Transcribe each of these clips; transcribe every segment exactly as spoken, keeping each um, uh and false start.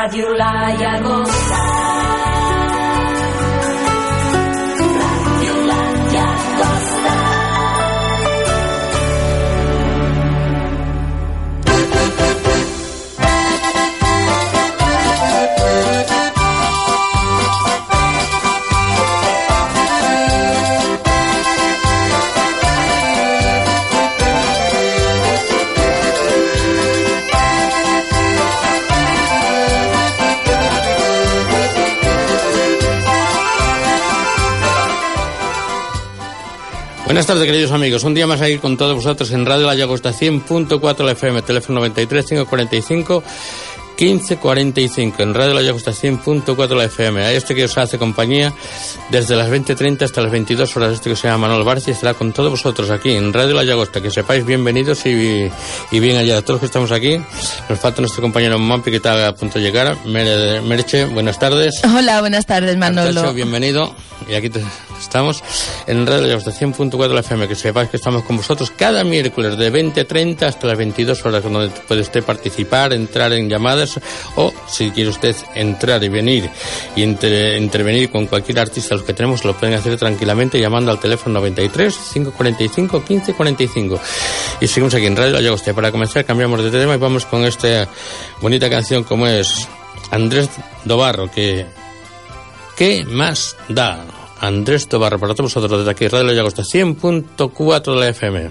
Radio La Llagosta. Radio La Llagosta. Buenas tardes, queridos amigos. Un día más aquí con todos vosotros en Radio La Llagosta cien punto cuatro la F M, teléfono noventa y tres, cinco cuarenta y cinco, quince cuarenta y cinco, en Radio La Llagosta cien punto cuatro la F M. A este que os hace compañía desde las veinte treinta hasta las veintidós horas. Este que se llama Manuel Barci estará con todos vosotros aquí en Radio La Llagosta. Que sepáis bienvenidos y, y bien allá. Todos los que estamos aquí. Nos falta nuestro compañero Mampi, que está a punto de llegar. Mere, Merche, buenas tardes. Hola, buenas tardes, Manolo. Artacho, bienvenido. Y aquí te, estamos en Radio La Llagosta cien punto cuatro la F M. Que sepáis que estamos con vosotros cada miércoles de veinte treinta hasta las veintidós horas, donde puede usted participar, entrar en llamadas, o si quiere usted entrar y venir y inter, intervenir con cualquier artista los que tenemos, lo pueden hacer tranquilamente llamando al teléfono noventa y tres, cinco cuarenta y cinco, quince cuarenta y cinco. Y seguimos aquí en Radio La Llagosta. Para comenzar cambiamos de tema y vamos con esta bonita canción como es Andrés Dobarro, que ¿qué más da? Andrés Dobarro para todos vosotros desde aquí, Radio La Llagosta cien punto cuatro de la F M.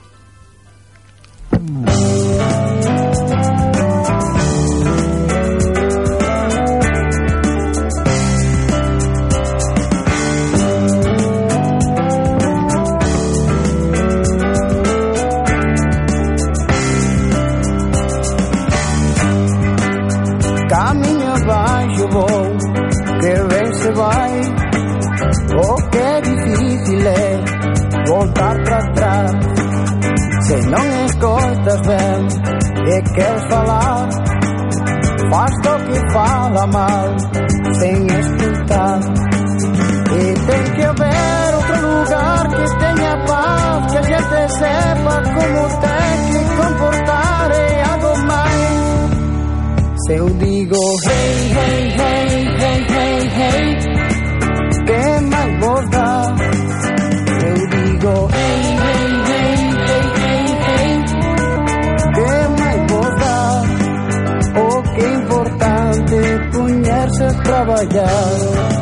Caminho abaixo vou, que bem se vai. Oh, que difícil é voltar para trás. Se não escutas bem e queres falar, faz o que fala mal, sem escutar. E tem que haver outro lugar que tenha paz, que a gente sepa como tem que comportar e algo mais. Se eu digo hey, hey, hey, hey, hey, hey, que mais vos dá? Eu digo hey, hey, hey, hey, hey, hey, que mais vos dá? O que é importante punhar-se a trabalhar.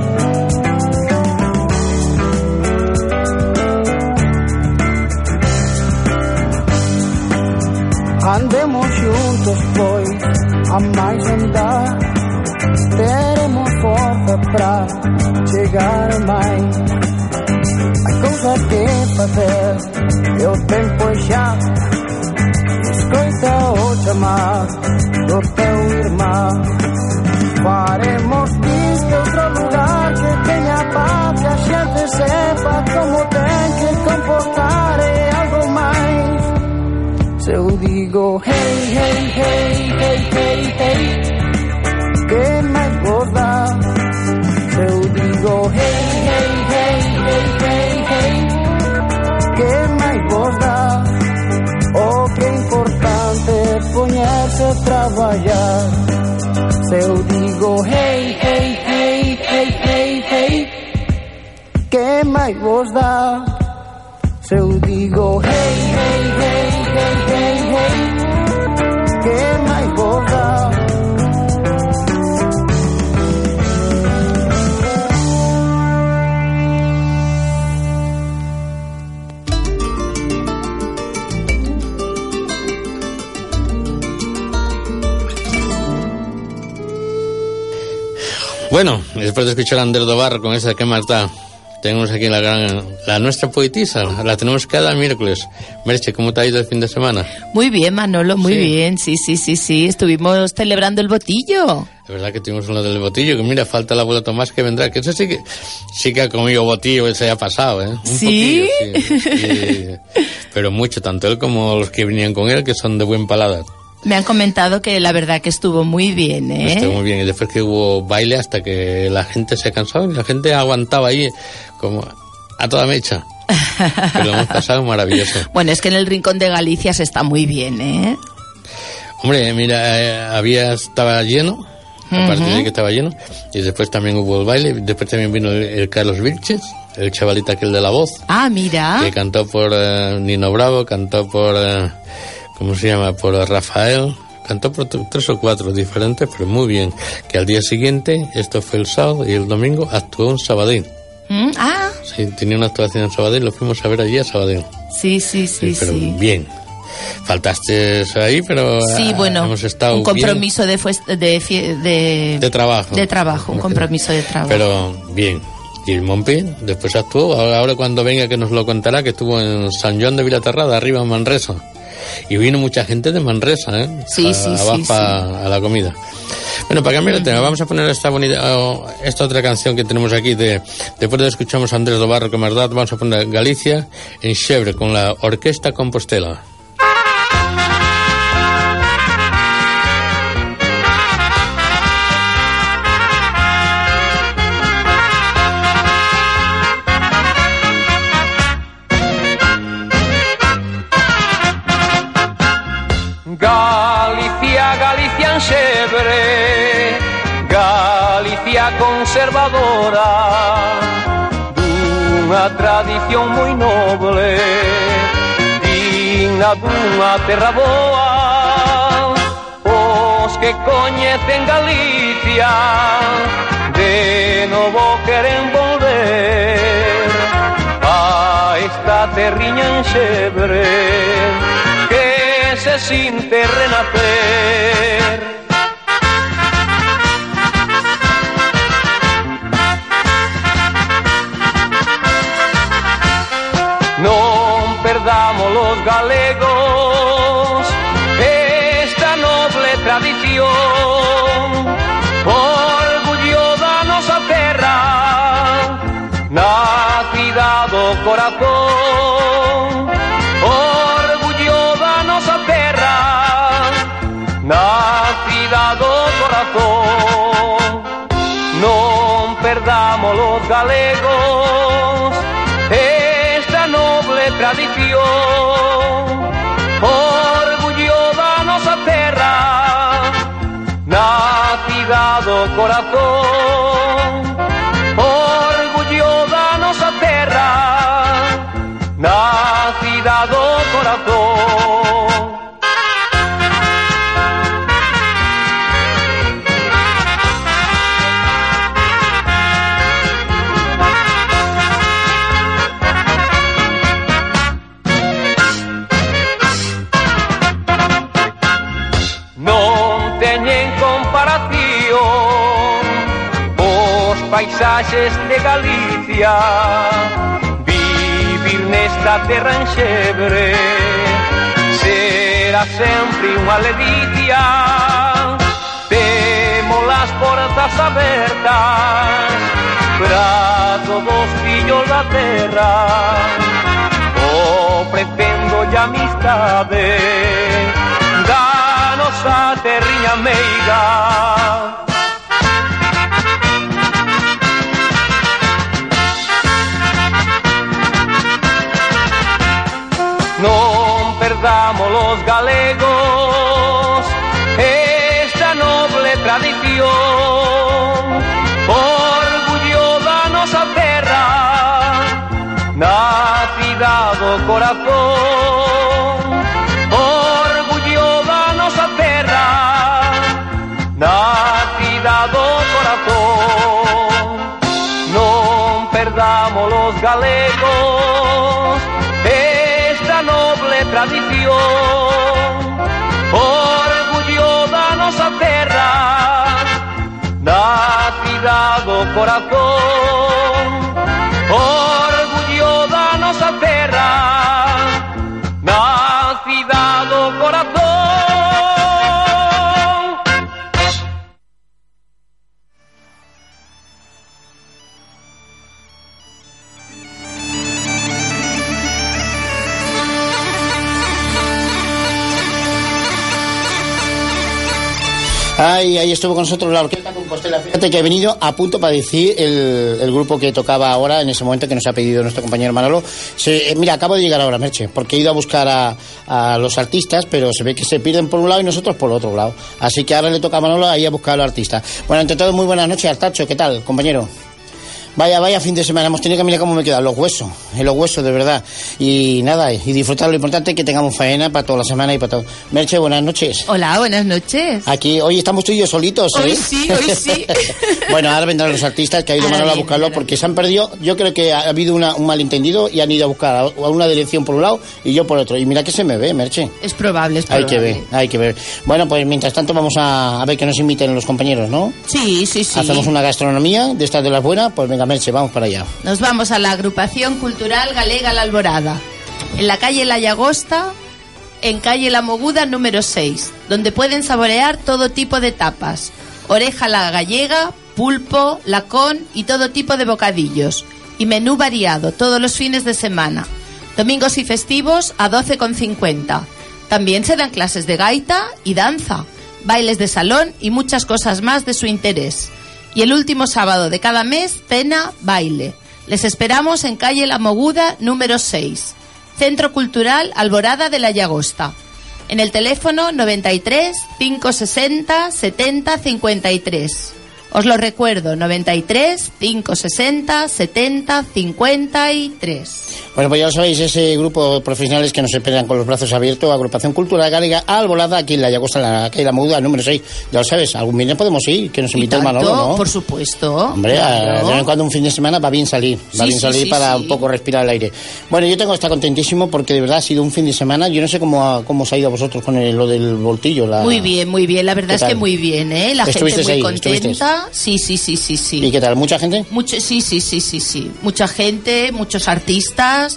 Andemos juntos, pois a mais andar, teremos força pra chegar a mais. Há coisas que fazer, eu tempo já. Escuta o chamar do teu irmão. Faremos disto outro lugar que tenha paz, que a gente sepa como tem que comportar e algo mais. Se eu digo hey, hey, hey, hey, hey, hey, que mais vos dá? Se eu digo hey, hey, hey, hey, hey, hey, que mais vos dá? O que é importante é ponhar-se a trabalhar. Se eu digo hey, hey, hey, hey, hey, hey, que mais vos dá? Se eu digo hey, hey, hey, hey, hey, hey, que mais vos dá? Bueno, después de escuchar a Andrés Dobarro con esa que más da, tenemos aquí la gran, la nuestra poetisa, la tenemos cada miércoles. Merche, ¿cómo te ha ido el fin de semana? Muy bien, Manolo, muy Sí. bien, sí, sí, sí, sí, estuvimos celebrando el botillo. Es verdad que tuvimos uno del botillo, que mira, falta el abuelo Tomás que vendrá, que eso sí que sí que ha comido botillo, ese ha pasado, ¿eh? Un ¿Sí? poquillo, sí. Y- pero mucho, tanto él como los que venían con él, que son de buen paladar. Me han comentado que la verdad que estuvo muy bien, ¿eh? Estuvo muy bien, y después que hubo baile hasta que la gente se cansó y la gente aguantaba ahí como a toda mecha. Que lo hemos pasado maravilloso. Bueno, es que en el Rincón de Galicia se está muy bien, ¿eh? Hombre, mira, eh, había, estaba lleno, a partir de ahí que estaba lleno, y después también hubo el baile, después también vino el, el Carlos Vilches, el chavalito aquel de la voz, Ah, mira. que cantó por uh, Nino Bravo, cantó por, uh, ¿cómo se llama?, por uh, Rafael, cantó por t- tres o cuatro diferentes, pero muy bien, que al día siguiente, esto fue el sábado, y el domingo actuó en Sabadell. Mm, ah, Sí, tenía una actuación en Sabadell, lo fuimos a ver allí a Sabadell. sí, sí, sí, pero sí. bien. Faltaste ahí, pero Sí, ah, bueno, hemos estado un compromiso de, fues- de, fie- de, bien de trabajo. de trabajo, un compromiso de trabajo. Pero bien. Y el Mompi después actuó. Ahora, ahora cuando venga que nos lo contará, que estuvo en San Joan de Vilaterrada, arriba en Manresa. Y vino mucha gente de Manresa, ¿eh? Sí, a, sí, abajo sí, sí. A, a la comida. Bueno, para cambiar el tema, vamos a poner esta bonita, oh, esta otra canción que tenemos aquí de, después de escuchamos a Andrés Dobarro que más da, vamos a poner Galicia en Xebre con la Orquesta Compostela. Galicia, Galicia en Xebre, Galicia conservadora, dunha tradición moi noble, digna dunha terra boa. Os que coñecen Galicia, de novo queren volver a esta terriña en Xebre, se sinte renacer. Non perdamos los galegos esta noble tradición, orgullo da nosa terra, nacida do corazón, nacida do corazón. Non perdamos los galegos esta noble tradición, orgullo da nosa terra, nacida do corazón, orgullo da nosa terra, nacida do corazón. Paisaxes de Galicia, vivir nesta terra en Xebre será sempre unha ledicia. Temos as portas abertas para todos os fillos da terra, ofrecendo a amistade da nosa terriña meiga. Non perdamos los galegos esta noble tradición, orgullo da nosa terra, nacida do corazón, orgullo da nosa terra, nacida do corazón. Non perdamos los galegos noble tradición, orgullo da nosa terra, nacida do corazón, orgullo da nosa terra, nacida do corazón. Ay, ahí estuvo con nosotros la Orquesta Compostela. Fíjate que he venido a punto para decir el, el grupo que tocaba ahora, en ese momento que nos ha pedido nuestro compañero Manolo. Se, mira, acabo de llegar ahora, Merche, porque he ido a buscar a, a los artistas, pero se ve que se pierden por un lado y nosotros por el otro lado. Así que ahora le toca a Manolo ahí a buscar a los artistas. Bueno, entre todo, muy buenas noches, Artacho. ¿Qué tal, compañero? Vaya, vaya fin de semana, hemos tenido que mirar cómo me quedan los huesos, en los huesos, de verdad. Y nada, y disfrutar, lo importante es que tengamos faena para toda la semana y para todo. Merche, buenas noches. Hola, buenas noches. Aquí, hoy estamos tú y yo solitos, ¿eh? Hoy sí, hoy sí. Bueno, ahora vendrán los artistas que ha ido Ahora Manolo a viene, buscarlo ahora porque viene. se han perdido. Yo creo que ha habido una, un malentendido y han ido a buscar a una dirección por un lado y yo por otro. Y mira que se me ve, Merche. Es probable, es Hay probable. que ver, hay que ver. Bueno, pues mientras tanto vamos a, a ver que nos inviten los compañeros, ¿no? Sí, sí, sí. Hacemos una gastronomía de estas de las buenas. Pues venga, Merche, vamos para allá. Nos vamos a la agrupación cultural galega La Alborada, en la calle La Llagosta, en calle La Moguda número seis, donde pueden saborear todo tipo de tapas, oreja la gallega, pulpo, lacón y todo tipo de bocadillos, y menú variado todos los fines de semana, domingos y festivos a doce con cincuenta. También se dan clases de gaita y danza, bailes de salón y muchas cosas más de su interés. Y el último sábado de cada mes, cena, baile. Les esperamos en calle La Moguda número seis, Centro Cultural Alborada de La Llagosta, en el teléfono noventa y tres, quinientos sesenta, setenta, cincuenta y tres. Os lo recuerdo, noventa y tres, quinientos sesenta, setenta, cincuenta y tres. Bueno, pues ya lo sabéis, ese grupo de profesionales que nos esperan con los brazos abiertos, Agrupación Cultural Galega Alborada, aquí en La Llagosta, en la calle La Moguda número seis. Ya lo sabes, algún viernes podemos ir, que nos invite el Manolo, ¿no? Por supuesto. Hombre, claro. de vez en cuando un fin de semana va bien salir, va Sí, bien sí, salir sí, para sí. un poco respirar el aire. Bueno, yo tengo que estar contentísimo porque de verdad ha sido un fin de semana. Yo no sé cómo, ha, cómo os ha ido a vosotros con el- lo del voltillo. La... Muy bien, muy bien. La verdad ¿Qué es que tal? muy bien, ¿eh? La gente ¿Estuvisteis muy ahí? contenta. Sí, sí, sí, sí, sí. ¿Y qué tal? ¿Mucha gente? Mucho, sí, sí, sí, sí, sí. Mucha gente, muchos artistas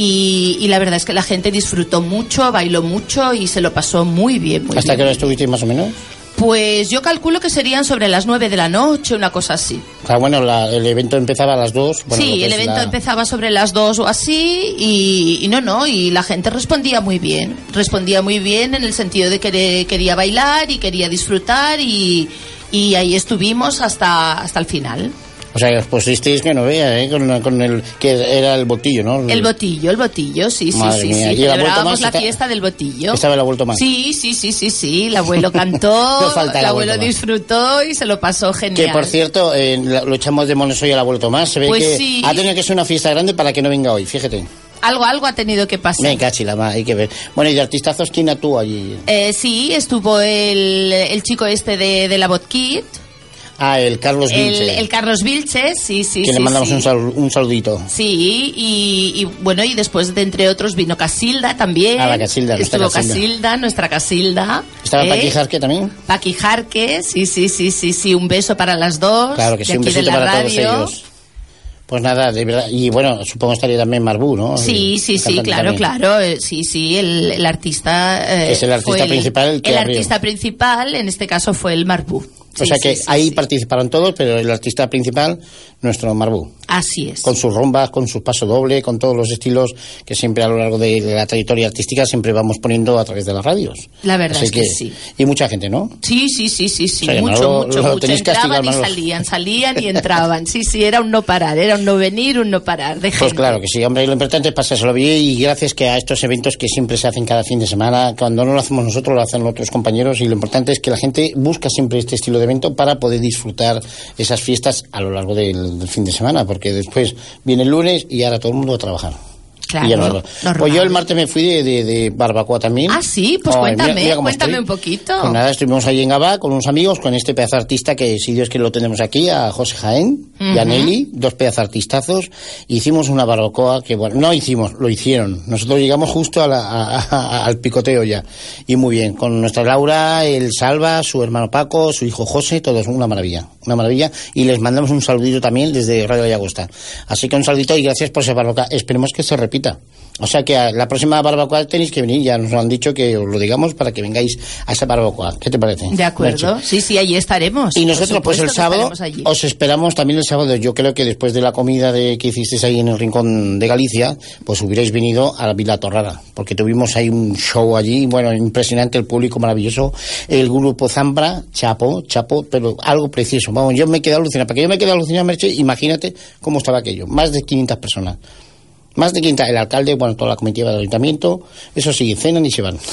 y, y la verdad es que la gente disfrutó mucho, bailó mucho y se lo pasó muy bien, muy ¿Hasta bien. qué hora estuvisteis más o menos? Pues yo calculo que serían sobre las nueve de la noche, una cosa así. O sea, bueno, la- el evento empezaba a las dos. Bueno, lo sí, que el es evento la- empezaba sobre las dos o así y, y no, no, y la gente respondía muy bien. Respondía muy bien en el sentido de que quería bailar y quería disfrutar y, y ahí estuvimos hasta, hasta el final. O sea, os pusisteis que no vea, ¿eh? Con, con el que era el botillo, ¿no? El botillo, el botillo, sí, sí, Madre sí, mía, sí. ¿y el abuelo Celebrábamos Tomás la está- fiesta del botillo. Estaba el abuelo Tomás. Sí, sí, sí, sí, sí. El abuelo cantó, No falta el el abuelo abuelo Tomás. disfrutó y se lo pasó genial. Que por cierto, eh, lo echamos de monos hoy al abuelo Tomás. Se ve Pues que sí. ha tenido que ser una fiesta grande para que no venga hoy, fíjate. Algo, algo ha tenido que pasar. Me cachi la madre, hay que ver. Bueno, y de artistazos, ¿quién actuó allí? Eh, sí, estuvo el, el chico este de, de la Botkit, Ah, el Carlos el, Vilche. el Carlos Vilches, sí, sí, que sí. le mandamos sí. un, sal- un saludito. Sí, y, y bueno, y después de entre otros vino Casilda también. Ah, la Casilda, nuestra Estuvo Casilda. Casilda, nuestra Casilda. ¿Estaba ¿eh? Paqui Jarque también? Paqui Jarque, sí, sí, sí, sí, sí, un beso para las dos. Claro que sí, de un aquí de besito la para todos radio. ellos. Pues nada, de verdad. Y bueno, supongo estaría también Marbú, ¿no? Sí, El sí, sí, cantante claro, también. claro, eh, sí, sí, el, el artista... eh, Es el artista fue principal el que El abrió. artista principal, en este caso, fue el Marbú. O Sí, sea sí, que sí, ahí sí. participaron todos, pero el artista principal, nuestro Marbú. Así es. Con sus rombas, con su paso doble, con todos los estilos que siempre a lo largo de la trayectoria artística siempre vamos poniendo a través de las radios. La verdad Así es que sí. Y mucha gente, ¿no? Sí, sí, sí, sí, sí, O sea, que mucho, Manolo, mucho, lo mucho. tenéis castigado, Entraban y Manolo. salían, salían y entraban. Sí, sí, era un no parar, era un no venir, un no parar de Pues gente. claro que sí, hombre, y lo importante es pasárselo bien y gracias que a estos eventos que siempre se hacen cada fin de semana, cuando no lo hacemos nosotros, lo hacen otros compañeros y lo importante es que la gente busca siempre este estilo de evento para poder disfrutar esas fiestas a lo largo del, del fin de semana, porque después viene el lunes y ahora todo el mundo a trabajar. Claro, Y ya no- normal. Pues yo el martes me fui de, de, de barbacoa también. Ah, sí, pues Ay, cuéntame, mira- mira cómo cuéntame estoy. un poquito. Pues nada, estuvimos ahí en Gabá con unos amigos, con este pedazo de artista que si Dios quiere lo tenemos aquí, a José Jaén y a Ujú. Nelly, dos pedazos de artistazos. Hicimos una barbacoa que, bueno, no hicimos, lo hicieron. Nosotros llegamos justo a la- a- a- al picoteo ya. Y muy bien, con nuestra Laura, el Salva, su hermano Paco, su hijo José, todos una maravilla, una maravilla. Y les mandamos un saludito también desde Radio Llagosta. Así que un saludito y gracias por esa barbacoa. Esperemos que se repita. cerquita. O sea que a la próxima barbacoa tenéis que venir, ya nos lo han dicho que os lo digamos para que vengáis a esa barbacoa. ¿Qué te parece? De acuerdo, Merche? sí, sí, allí estaremos. Y nosotros pues el sábado os esperamos también el sábado. Yo creo que después de la comida de que hicisteis ahí en el Rincón de Galicia, pues hubierais venido a la Vila Torrada, porque tuvimos ahí un show allí, bueno, impresionante, el público maravilloso, el grupo Zambra, chapo, chapo, pero algo precioso. Vamos, yo me he quedado alucinado, para que yo me he quedado alucinado, Merche, imagínate cómo estaba aquello, más de quinientas personas. Más de quinta, el alcalde, bueno, toda la comitiva del ayuntamiento, eso sí, cenan y se van.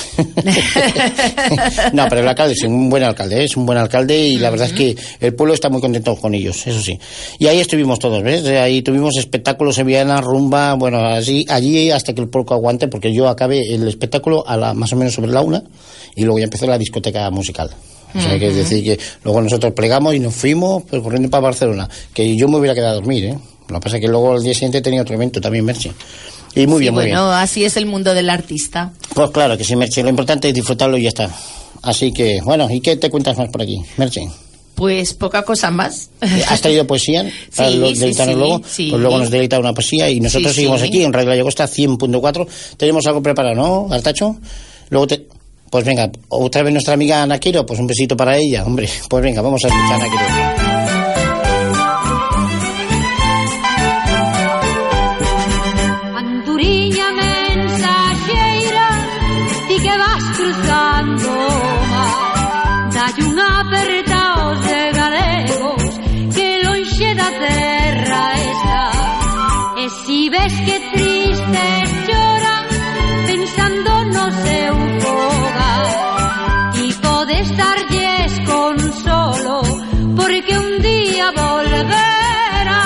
No, pero el alcalde es un buen alcalde, ¿eh? Es un buen alcalde y la verdad es que el pueblo está muy contento con ellos, eso sí. Y ahí estuvimos todos, ¿ves? Ahí tuvimos espectáculos sevillana, rumba, bueno, así, allí hasta que el pueblo aguante, porque yo acabé el espectáculo a la, más o menos sobre la una y luego ya empezó la discoteca musical. O sea, uh-huh. que es decir que luego nosotros plegamos y nos fuimos pues, corriendo para Barcelona, que yo me hubiera quedado a dormir, ¿eh? Lo que pasa es que luego el día siguiente tenía otro evento también, Merche. Y muy sí, bien, muy bueno, bien. Bueno, así es el mundo del artista. Pues claro que sí, Merche. Lo importante es disfrutarlo y ya está. Así que, bueno, ¿y qué te cuentas más por aquí, Merche? Pues poca cosa más. ¿Has traído poesía para sí, deleitarnos sí, luego? Sí. Pues luego nos deleita una poesía y nosotros sí, seguimos sí. aquí en Radio La Llagosta cien punto cuatro. Tenemos algo preparado, ¿no, Artacho? Luego te... Pues venga, otra vez nuestra amiga Ana Quiro, pues un besito para ella, hombre. Pues venga, vamos a escuchar a Ana Quiro. Dalle unha aperta aos galegos que lonxe da terra está. E si ves que tristes lloran pensando no seu fogar, ti podes darlles consolo porque un día volverá.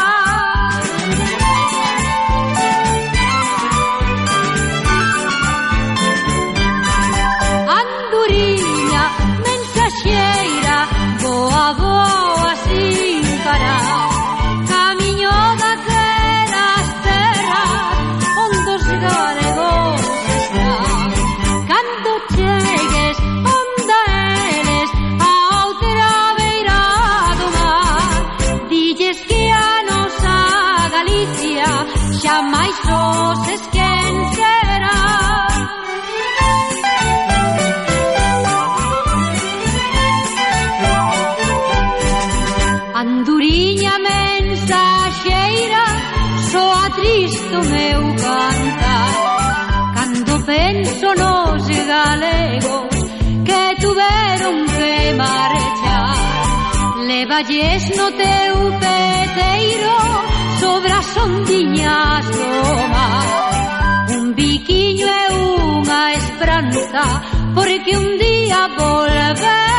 Anduriña mensaxeira, boa, boa, sin parar, camiño daquelas terras onde os galegos están. Cando chegues onde eles a outra beira do mar, dilles que a nosa Galicia xamais os esquecerá. Anduriña mensaxeira, soa triste o meu cantar, cando penso nos galegos que tuveron que marchar. Levalles no teu peteiro sobre as ondiñas do mar un biquiño e unha esperanza, porque un día volverá.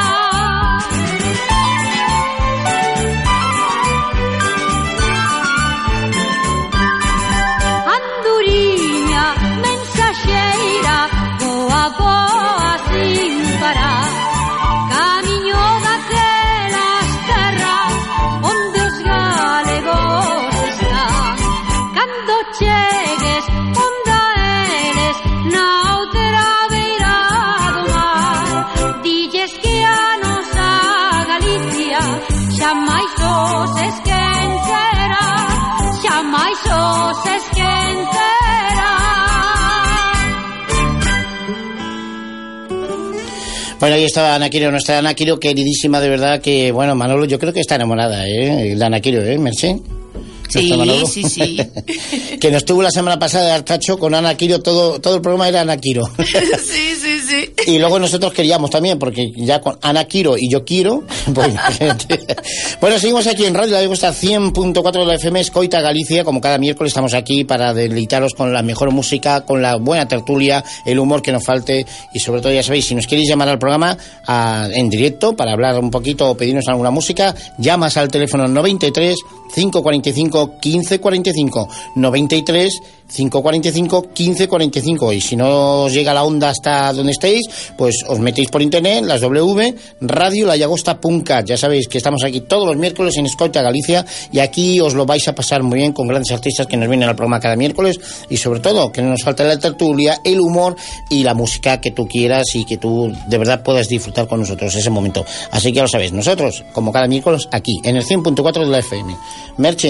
Boa, boa, sin parar, camiño daquelas terras onde os galegos están. Cando chegues onde eles na outra beira do mar, dilles que a nosa Galicia xamais os esquecerá, xamais os esquecerá. Bueno, ahí estaba Ana Quiro, nuestra Ana Quiro, queridísima, de verdad, que, bueno, Manolo, yo creo que está enamorada, ¿eh? La Ana Quiro, ¿eh, Merche? Sí, sí, sí. Que nos tuvo la semana pasada de Artacho con Ana Quiro, todo, todo el programa era Ana Quiro. Sí, sí, sí. Y luego nosotros queríamos también, porque ya con Ana Quiro y yo quiero, pues, bueno, seguimos aquí en Radio La Llagosta cien punto cuatro de la F M, Escoita Galicia, como cada miércoles estamos aquí para deleitaros con la mejor música, con la buena tertulia, el humor que nos falte, y sobre todo, ya sabéis, si nos queréis llamar al programa a, en directo para hablar un poquito o pedirnos alguna música, llamas al teléfono noventa y tres, cinco cuarenta y cinco, quince cuarenta y cinco, noventa y tres, cinco cuarenta y cinco, quince cuarenta y cinco, y si no os llega la onda hasta donde estéis, pues os metéis por internet, las w, radio la llagosta punto cat. Ya sabéis que estamos aquí todos los miércoles en Escoita Galicia, y aquí os lo vais a pasar muy bien con grandes artistas que nos vienen al programa cada miércoles, y sobre todo que no nos falte la tertulia, el humor y la música que tú quieras y que tú de verdad puedas disfrutar con nosotros ese momento. Así que ya lo sabéis, nosotros como cada miércoles aquí en el cien punto cuatro de la F M. Merche,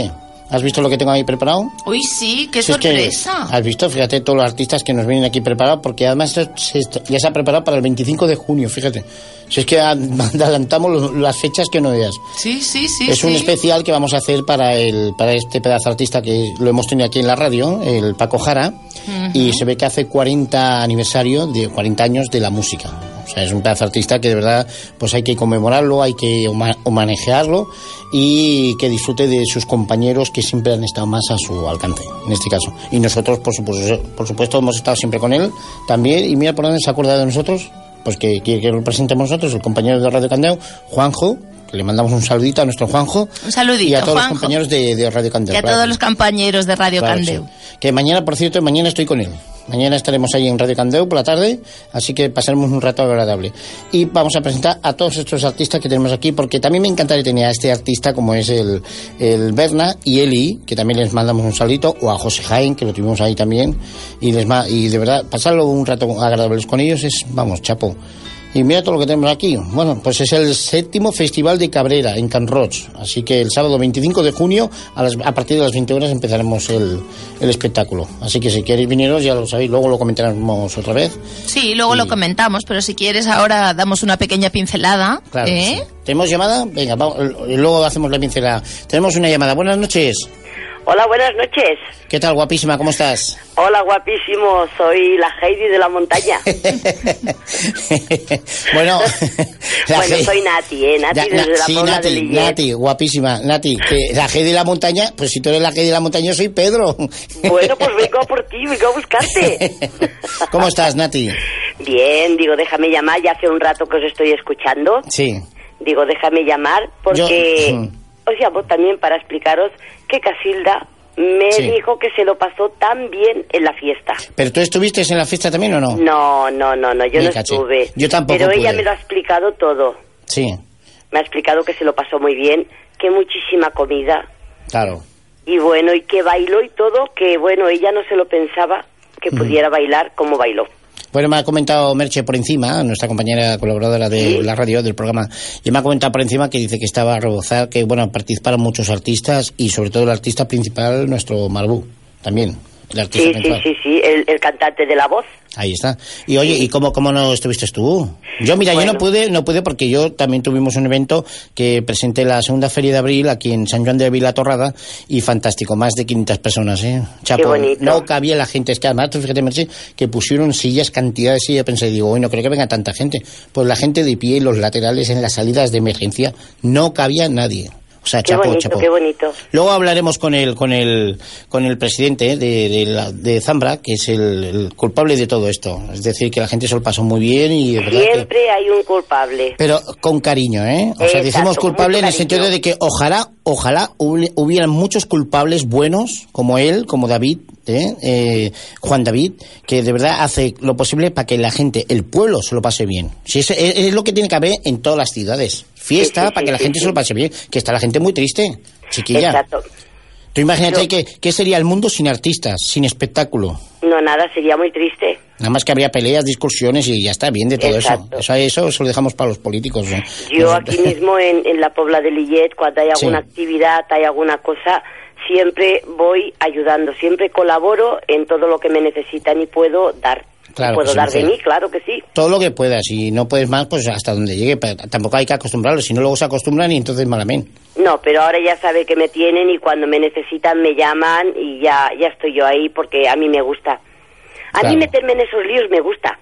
¿Has visto lo que tengo ahí preparado? Uy, sí, qué Si es que, sorpresa. has visto, fíjate todos los artistas que nos vienen aquí preparados, porque además esto se- ya se ha preparado para el veinticinco de junio, fíjate. Si es que adelantamos lo- las fechas que no veas. Sí, sí, sí. Es un sí. especial que vamos a hacer para el para este pedazo de artista que lo hemos tenido aquí en la radio, el Paco Jara, y se ve que hace cuarenta aniversario de cuarenta años de la música. O sea, es un pedazo de artista que de verdad pues hay que conmemorarlo, hay que huma- homenajearlo y que disfrute de sus compañeros que siempre han estado más a su alcance, en este caso. Y nosotros, por supuesto, por supuesto hemos estado siempre con él también. Y mira por dónde se ha acordado de nosotros, pues que quiere que lo presentemos nosotros, el compañero de Radio Candeu, Juanjo, que le mandamos un saludito a nuestro Juanjo. Un saludito, Y a todos Juanjo. los compañeros de, de Radio Candeu. Y a claro. todos los compañeros de Radio Claro, Candeu. sí. Que mañana, por cierto, mañana estoy con él. Mañana estaremos ahí en Radio Candeu por la tarde, así que pasaremos un rato agradable. Y vamos a presentar a todos estos artistas que tenemos aquí, porque también me encantaría tener a este artista como es el, el Berna y Eli, que también les mandamos un saludito, o a José Jaén, que lo tuvimos ahí también. Y, les ma- y de verdad, pasarlo un rato agradable con ellos es, vamos, chapo. Y mira todo lo que tenemos aquí. Bueno, pues es el séptimo Festival de Cabrera en Can Roig. Así que el sábado veinticinco de junio, a, las, a partir de las veinte horas, empezaremos el, el espectáculo. Así que si queréis veniros, ya lo sabéis, luego lo comentaremos otra vez. Sí, luego Y- lo comentamos, pero si quieres ahora damos una pequeña pincelada. Claro. que ¿eh? sí. ¿Tenemos llamada? Venga, vamos, y luego hacemos la pincelada. Tenemos una llamada. Buenas noches. Hola, buenas noches. ¿Qué tal, guapísima? ¿Cómo estás? Hola, guapísimo. Soy la Heidi de la montaña. bueno, la Bueno, Ge- soy Nati, ¿eh? Nati Ya, desde na- la sí, Pobla Nati, de Lillet. Nati, guapísima, Nati, que la G de la montaña, pues si tú eres la G de la montaña, yo soy Pedro. Bueno, pues vengo a por ti, vengo a buscarte. ¿Cómo estás, Nati? Bien, digo, déjame llamar. Ya hace un rato que os estoy escuchando. Sí. Digo, déjame llamar porque Yo- mm. os llamo también para explicaros que Casilda me Sí. dijo que se lo pasó tan bien en la fiesta. ¿Pero tú estuviste en la fiesta también o no? No, no, no, no, yo Me no caché. estuve. Yo tampoco Pero ella pude. me lo ha explicado todo. Sí, Me ha explicado que se lo pasó muy bien, que muchísima comida. claro. Y bueno, y que bailó y todo, que bueno, ella no se lo pensaba que pudiera bailar como bailó. Bueno, me ha comentado Merche por encima, nuestra compañera colaboradora de Sí. la radio, del programa, y me ha comentado por encima que dice que estaba a rebozar, que bueno, participaron muchos artistas y sobre todo el artista principal, nuestro Marbú, también. El artista Sí, sí, principal. sí, sí, el, el cantante de la voz. Ahí está. Y oye, ¿y cómo, cómo no estuviste tú? Yo, mira, yo Bueno. no pude, no pude porque yo también tuvimos un evento que presenté la segunda feria de abril aquí en San Juan de Vilatorrada y fantástico, más de quinientas personas, ¿eh? Chapo, Qué bonito. no cabía la gente, es que además, tú fíjate, Merche, que pusieron sillas, cantidad de sillas, pensé, digo, hoy no creo que venga tanta gente. Pues la gente de pie, los laterales, en las salidas de emergencia, no cabía nadie. O sea, Qué chapo, bonito, chapo. qué bonito. Luego hablaremos con el con el con el presidente de, de, la- de Zambra, que es el, el culpable de todo esto. Es decir, que la gente se lo pasó muy bien y de verdad que- Siempre hay un culpable. pero con cariño, ¿eh? O sea, Exacto, decimos culpable mucho en el sentido cariño. de que ojalá, ojalá hubi- hubieran muchos culpables buenos, como él, como David, ¿eh? Eh, Juan David, que de verdad hace lo posible para que la gente, el pueblo, se lo pase bien. Si es, es- es lo que tiene que haber en todas las ciudades. Fiesta Sí, sí, para sí, que la sí, gente sí. se lo pase bien. Que está la gente muy triste, chiquilla. Exacto. Tú imagínate Yo- que, qué sería el mundo sin artistas, sin espectáculo. No, nada, sería muy triste. Nada más que habría peleas, discusiones y ya está bien de todo Exacto. eso. Eso. Eso se lo dejamos para los políticos. ¿no? Yo Nos- aquí mismo en, en la Pobla de Lillet, cuando hay Sí. alguna actividad, hay alguna cosa, siempre voy ayudando, siempre colaboro en todo lo que me necesitan y puedo dar. Claro, puedo que sí, dar de mujer. mí, claro que sí. Todo lo que puedas. Si no puedes más, pues hasta donde llegue. Pero tampoco hay que acostumbrarlos. Si no, luego se acostumbran y entonces malamente. No, pero ahora ya sabe que me tienen y cuando me necesitan me llaman y ya, ya estoy yo ahí porque a mí me gusta. A Claro. mí meterme en esos líos me gusta.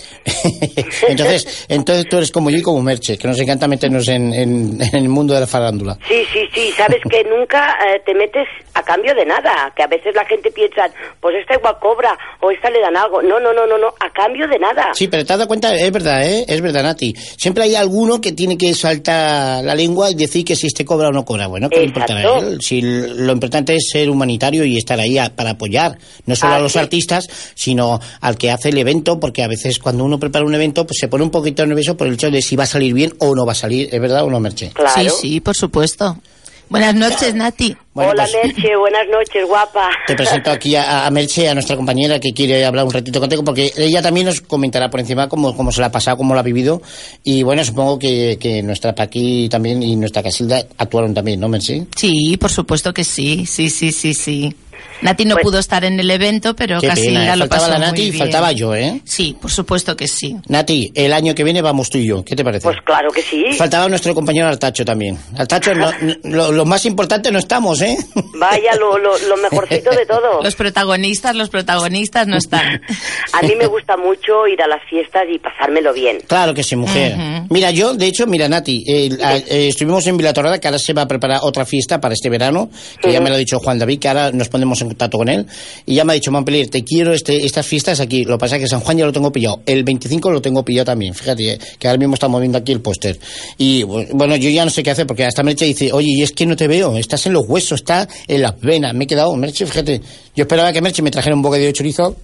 entonces, entonces tú eres como yo y como Merche, que nos encanta meternos en, en- en el mundo de la farándula. Sí, sí, sí, sabes que nunca eh, te metes a cambio de nada, que a veces la gente piensa, pues esta igual cobra o esta le dan algo. No, no, no, no, no, a cambio de nada. Sí, pero te has dado cuenta, es verdad, ¿eh? Es verdad, Nati. Siempre hay alguno que tiene que saltar la lengua y decir que si este cobra o no cobra. Bueno, ¿qué le importa a Exacto. él? Si lo importante es ser humanitario y estar ahí a- para apoyar, no solo Ah, a los sí. artistas, sino al que hace el evento, porque a veces cuando uno prepara un evento, pues se pone un poquito nervioso por el hecho de si va a salir bien o no va a salir. ¿Es verdad o no, Merche? Claro. Sí, sí, por supuesto. Buenas noches, Nati. Bueno, Hola, pues, Merche, buenas noches, guapa. te presento aquí a, a Merche, a nuestra compañera que quiere hablar un ratito contigo, porque ella también nos comentará por encima cómo, cómo se la ha pasado, cómo la ha vivido. Y bueno, supongo que, que nuestra Paqui también y nuestra Casilda actuaron también, ¿no, Merche? Sí, por supuesto que sí, sí, sí, sí, sí. Nati no Pues- pudo estar en el evento, pero Qué Casilda pena, ¿eh? lo Faltaba pasó la muy Nati y bien. faltaba yo, ¿eh? Sí, por supuesto que sí. Nati, el año que viene vamos tú y yo, ¿qué te parece? Pues claro que sí. Faltaba nuestro compañero Artacho también. Artacho, no, no, lo, lo más importante no estamos, ¿eh? Vaya, lo, lo, lo mejorcito de todo. Los protagonistas, los protagonistas no están. A mí me gusta mucho ir a las fiestas y pasármelo bien. Claro que sí, mujer. Ujú. Mira, yo, de hecho, mira, Nati, eh, a- eh, estuvimos en Vilatorrada, que ahora se va a preparar otra fiesta para este verano, que ya Ujú. me lo ha dicho Juan David, que ahora nos ponemos en contacto con él, y ya me ha dicho, Montpellier, te quiero este, estas fiestas aquí. Lo que pasa es que San Juan ya lo tengo pillado. El veinticinco lo tengo pillado también, fíjate, eh, que ahora mismo estamos viendo aquí el póster. Y bueno, yo ya no sé qué hacer, porque hasta Merche dice, oye, y es que no te veo, estás en los huesos, estás en las venas. Me he quedado, Merche, fíjate, yo esperaba que Merche me trajera un bocadillo de chorizo.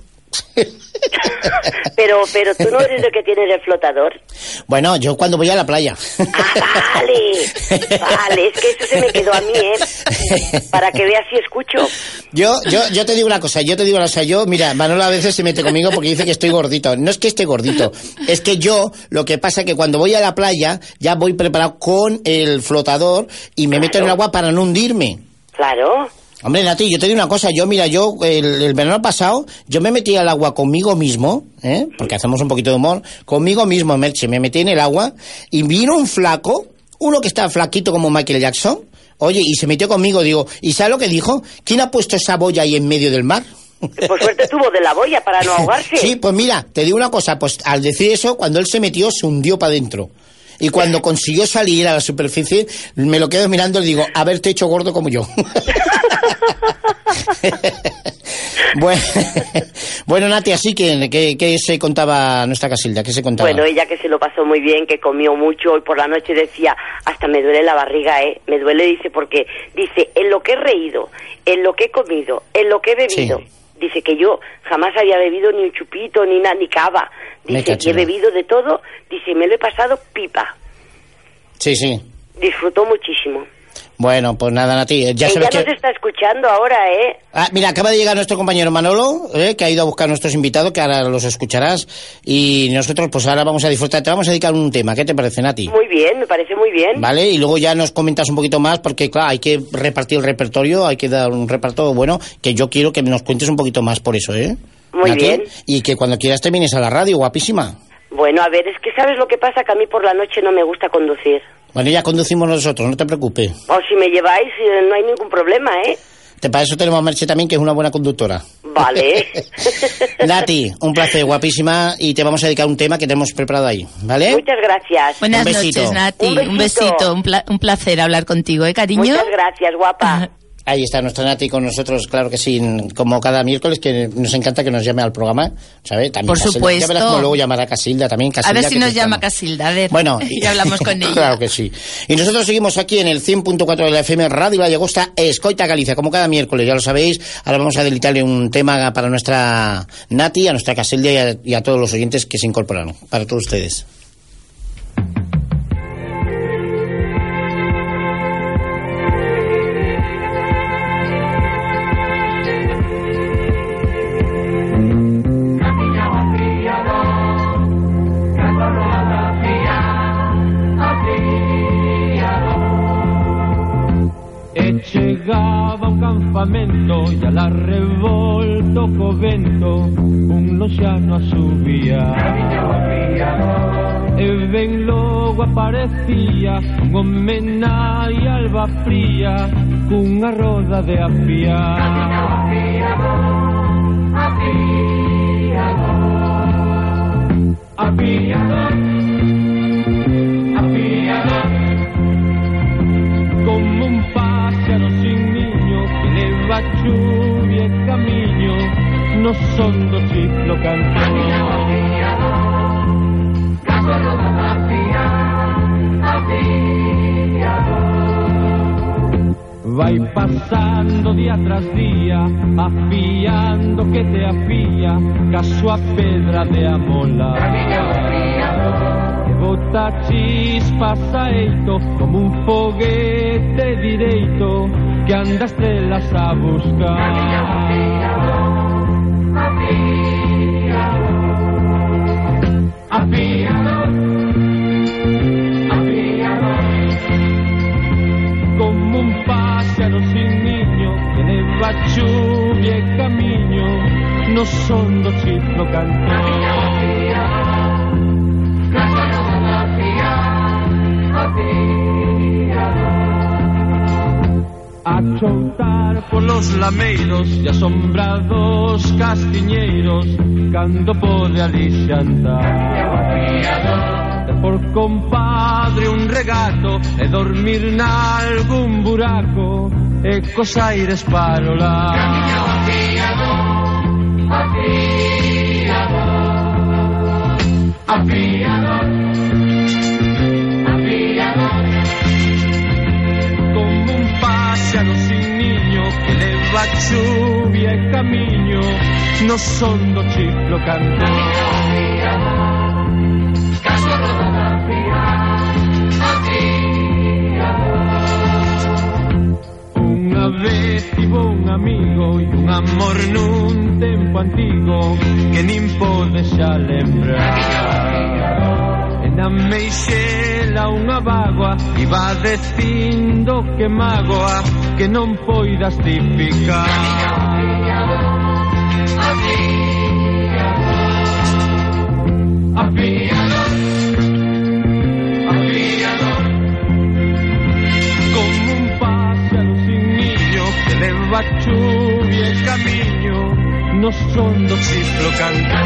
Pero, pero tú no eres el que tienes el flotador. Bueno, yo cuando voy a la playa. Ah, vale. Vale, es que eso se me quedó a mí, ¿eh? Para que veas si escucho. Yo, yo, yo te digo una cosa, yo te digo una cosa, yo, mira, Manolo a veces se mete conmigo porque dice que estoy gordito. No es que esté gordito, es que yo, lo que pasa es que cuando voy a la playa, ya voy preparado con el flotador y me meto en el agua para no hundirme. Claro. Hombre, Nati, yo te digo una cosa, yo, mira, yo, el, el verano pasado, yo me metí al agua conmigo mismo, ¿eh? Porque hacemos un poquito de humor, conmigo mismo, Merche, me metí en el agua y vino un flaco, uno que estaba flaquito como Michael Jackson, oye, y se metió conmigo, digo, ¿y sabes lo que dijo? ¿Quién ha puesto esa boya ahí en medio del mar? Por suerte tuvo de la boya para no ahogarse. Sí, pues mira, te digo una cosa, pues al decir eso, cuando él se metió, se hundió para adentro. Y cuando consiguió salir a la superficie, me lo quedo mirando y digo, haberte hecho gordo como yo. bueno, bueno, Nati, así que, que, que se contaba nuestra Casilda, ¿qué se contaba? Bueno, ella que se lo pasó muy bien, que comió mucho y por la noche decía, hasta me duele la barriga, ¿eh? Me duele, dice, porque dice, en lo que he reído, en lo que he comido, en lo que he bebido. Sí. Dice que yo jamás había bebido ni un chupito, ni nada, ni cava. Me Dice, y he cachera. bebido de todo. Dice, me lo he pasado pipa. Sí, sí. Disfrutó muchísimo. Bueno, pues nada, Nati, ya Ella sabes nos que... está escuchando ahora, ¿eh? Ah, mira, acaba de llegar nuestro compañero Manolo, eh, que ha ido a buscar a nuestros invitados, que ahora los escucharás, y nosotros pues ahora vamos a disfrutar, te vamos a dedicar un tema, ¿qué te parece, Nati? Muy bien, me parece muy bien. Vale, y luego ya nos comentas un poquito más, porque claro, hay que repartir el repertorio, hay que dar un reparto bueno, que yo quiero que nos cuentes un poquito más por eso, ¿eh? Muy Nati, bien. Y que cuando quieras te vienes a la radio, guapísima. Bueno, a ver, es que ¿sabes lo que pasa? Que a mí por la noche no me gusta conducir. Bueno, ya conducimos nosotros, no te preocupes. O si me lleváis, eh, no hay ningún problema, ¿eh? Te, para eso tenemos a Merche también, que es una buena conductora. Vale. Nati, un placer, guapísima, y te vamos a dedicar un tema que tenemos preparado ahí, ¿vale? Muchas gracias. Buenas Un besito. noches, Nati. Un besito. Un besito, un, pla- un placer hablar contigo, ¿eh, cariño? Muchas gracias, guapa. Ahí está nuestra Nati con nosotros, claro que sí, como cada miércoles, que nos encanta que nos llame al programa, ¿sabes? También Por Casilda. supuesto. Ya verás cómo luego llamará a Casilda también. Casilda, A ver si que nos te llama llama. Casilda, a ver. Bueno, y hablamos con ella. Claro que sí. Y nosotros seguimos aquí en el cien punto cuatro de la F M, Radio La Llagosta, Escoita Galicia, como cada miércoles, ya lo sabéis. Ahora vamos a dedicarle un tema para nuestra Nati, a nuestra Casilda y a, y a todos los oyentes que se incorporaron, para todos ustedes. E chegaba un campamento e a la revolta o covento un loxano a subía. E ben logo aparecía un home na alba fría cunha roda de afiar. Afiador, afiador, como un pájaro sin niño que leva chuvia e camiño no son do chiflo cantor. Vai pasando día tras día, afiando que te afía, ca súa pedra de amola. bota chispas aeito como un foguete direito que anda estrelas a buscar. Afiador, afiador, como un páxaro sin niño que leva chuvia e camiño no son do chiflo cantor. A choutar polos lameiros e asombrados castiñeiros cando pode ali xantar. E por compadre un regato e dormir nalgún buraco e cos aires para o lar. Afiador, afiador, afiador, como un páxaro sin niño que leva chuvia e camiño no son do chiflo cantor. Unha vez tivo un amigo e un amor nun tempo antigo que nin pode xa lembrar. E na meixela unha bagua iba dicindo que mágoa que non poidas tipicar. Afiador, afiador, como un páxaro sin niño que leva chuvia e camiño no son do chiflo cantor.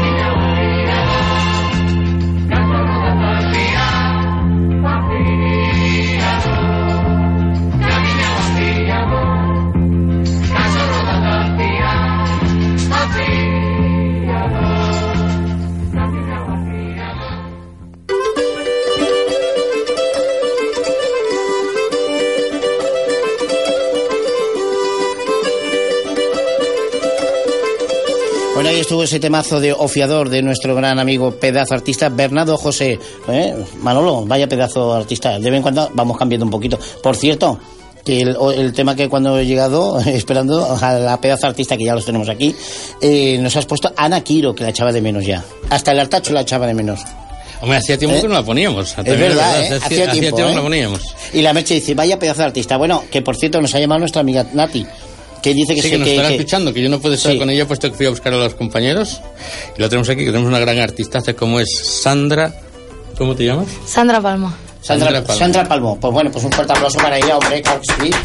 Bueno, ahí estuvo ese temazo de Ofiador de nuestro gran amigo, pedazo artista, Bernardo José. ¿Eh? Manolo, vaya pedazo artista. De vez en cuando vamos cambiando un poquito. Por cierto, que el, el tema que cuando he llegado, esperando a la pedazo artista, que ya los tenemos aquí, eh, nos has puesto Ana Quiro, que la echaba de menos ya. Hasta el Artacho la echaba de menos. Hombre, hacía tiempo ¿Eh? que no la poníamos. Es verdad, verdad, ¿eh? Hacía, hacía tiempo, hacía tiempo ¿eh? que no la poníamos. Y la Merche dice, vaya pedazo de artista. Bueno, que por cierto nos ha llamado nuestra amiga Nati, que dice que sí, se, que nos que, estará que... escuchando, que yo no puedo estar sí. con ella puesto que fui a buscar a los compañeros y lo tenemos aquí, que tenemos una gran artista como es Sandra. ¿Cómo te llamas? Sandra Palma. Sandra, Sandra Palma. Sandra Palma. Pues bueno, pues un fuerte aplauso para ella, hombre, claro que sí.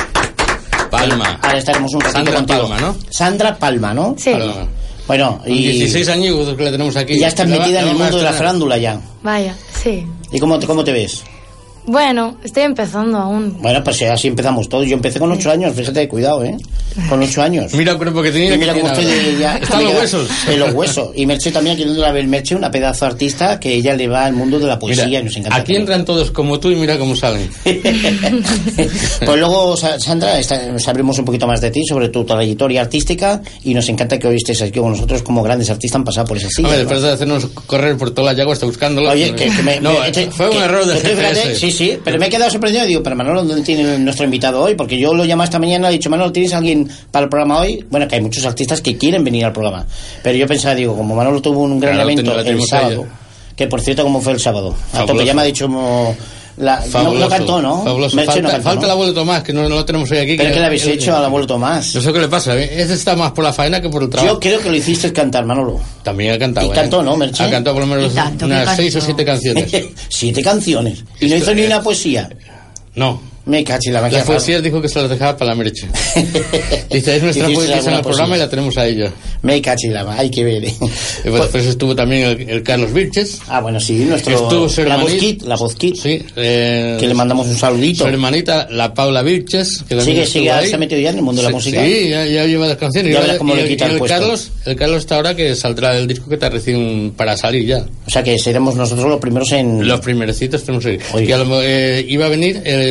Palma. Ahora estaremos un ratito Sandra contigo. Palma, ¿no? Sandra Palma, ¿no? Sí. Palma. Bueno, y... dieciséis años que la tenemos aquí. Y ya estás metida en el mundo de la farándula ya. Vaya, sí. ¿Y cómo te, cómo te ves? Bueno, estoy empezando aún. Bueno, pues así empezamos todos. Yo empecé con ocho años, fíjate, cuidado, ¿eh? Con ocho años. Mira el cuerpo que tenía. Y mira cómo estoy de, ya... Están los huesos. En los huesos. Y Merche también, aquí donde la ve Merche, una pedazo de artista que ella le va al mundo de la poesía, mira, y nos encanta. Aquí entran todos como tú y mira cómo salen. Pues luego, Sandra, está, sabremos un poquito más de ti, sobre tu trayectoria artística, y nos encanta que hoy estés aquí con nosotros como grandes artistas han pasado por esa silla. Hombre, ¿no? Después de hacernos correr por toda la Llagosta buscándolo. Oye, que, que me, no, me, que, fue un que, error de que, G P S. Fíjate, sí, sí, pero me he quedado sorprendido y digo, pero Manolo, ¿dónde tiene nuestro invitado hoy? Porque yo lo llamé esta mañana, he dicho, Manolo, ¿tienes alguien para el programa hoy? Bueno, que hay muchos artistas que quieren venir al programa, pero yo pensaba, digo, como Manolo tuvo un gran claro, evento el sábado, que por cierto, ¿cómo fue el sábado? A tope, ya me ha dicho... Como, La, no, no cantó, ¿no? Fabuloso. Falta, no cantó, falta ¿no? el abuelo Tomás, que no, no lo tenemos hoy aquí. ¿Pero que qué le habéis el, hecho al abuelo Tomás? No sé qué le pasa, ¿eh? Ese está más por la faena que por el trabajo. Yo creo que lo hiciste cantar, Manolo. También ha cantado. Y ¿eh? cantó, ¿no, Merche? Ha cantado por lo menos unas seis o siete canciones. ¿Siete canciones? ¿Y no hizo ni una poesía? No. Me cachi la magia. Las poesías dijo que se las dejaba para la Merche. Dice, es nuestra poesía en el programa y la tenemos a ella. Me cachi la magia, hay que ver. ¿eh? Y pues, pues estuvo también el, el Carlos Vilches. Ah, bueno, sí, nuestro... Estuvo su la hermanita. Vozkit, la Vozkit. Sí. Eh, que le mandamos un saludito. Su hermanita, la Paula Vilches. Que sigue, sigue, ahí. Se ha metido ya en el mundo de la música. Sí, ya, ya lleva las canciones. Ya verás cómo le quita el, el, el puesto. Carlos, el Carlos está ahora que saldrá del disco que está recién para salir ya. O sea que seremos nosotros los primeros en... Los primerecitos tenemos que ir. Que a lo, eh, iba a venir el, este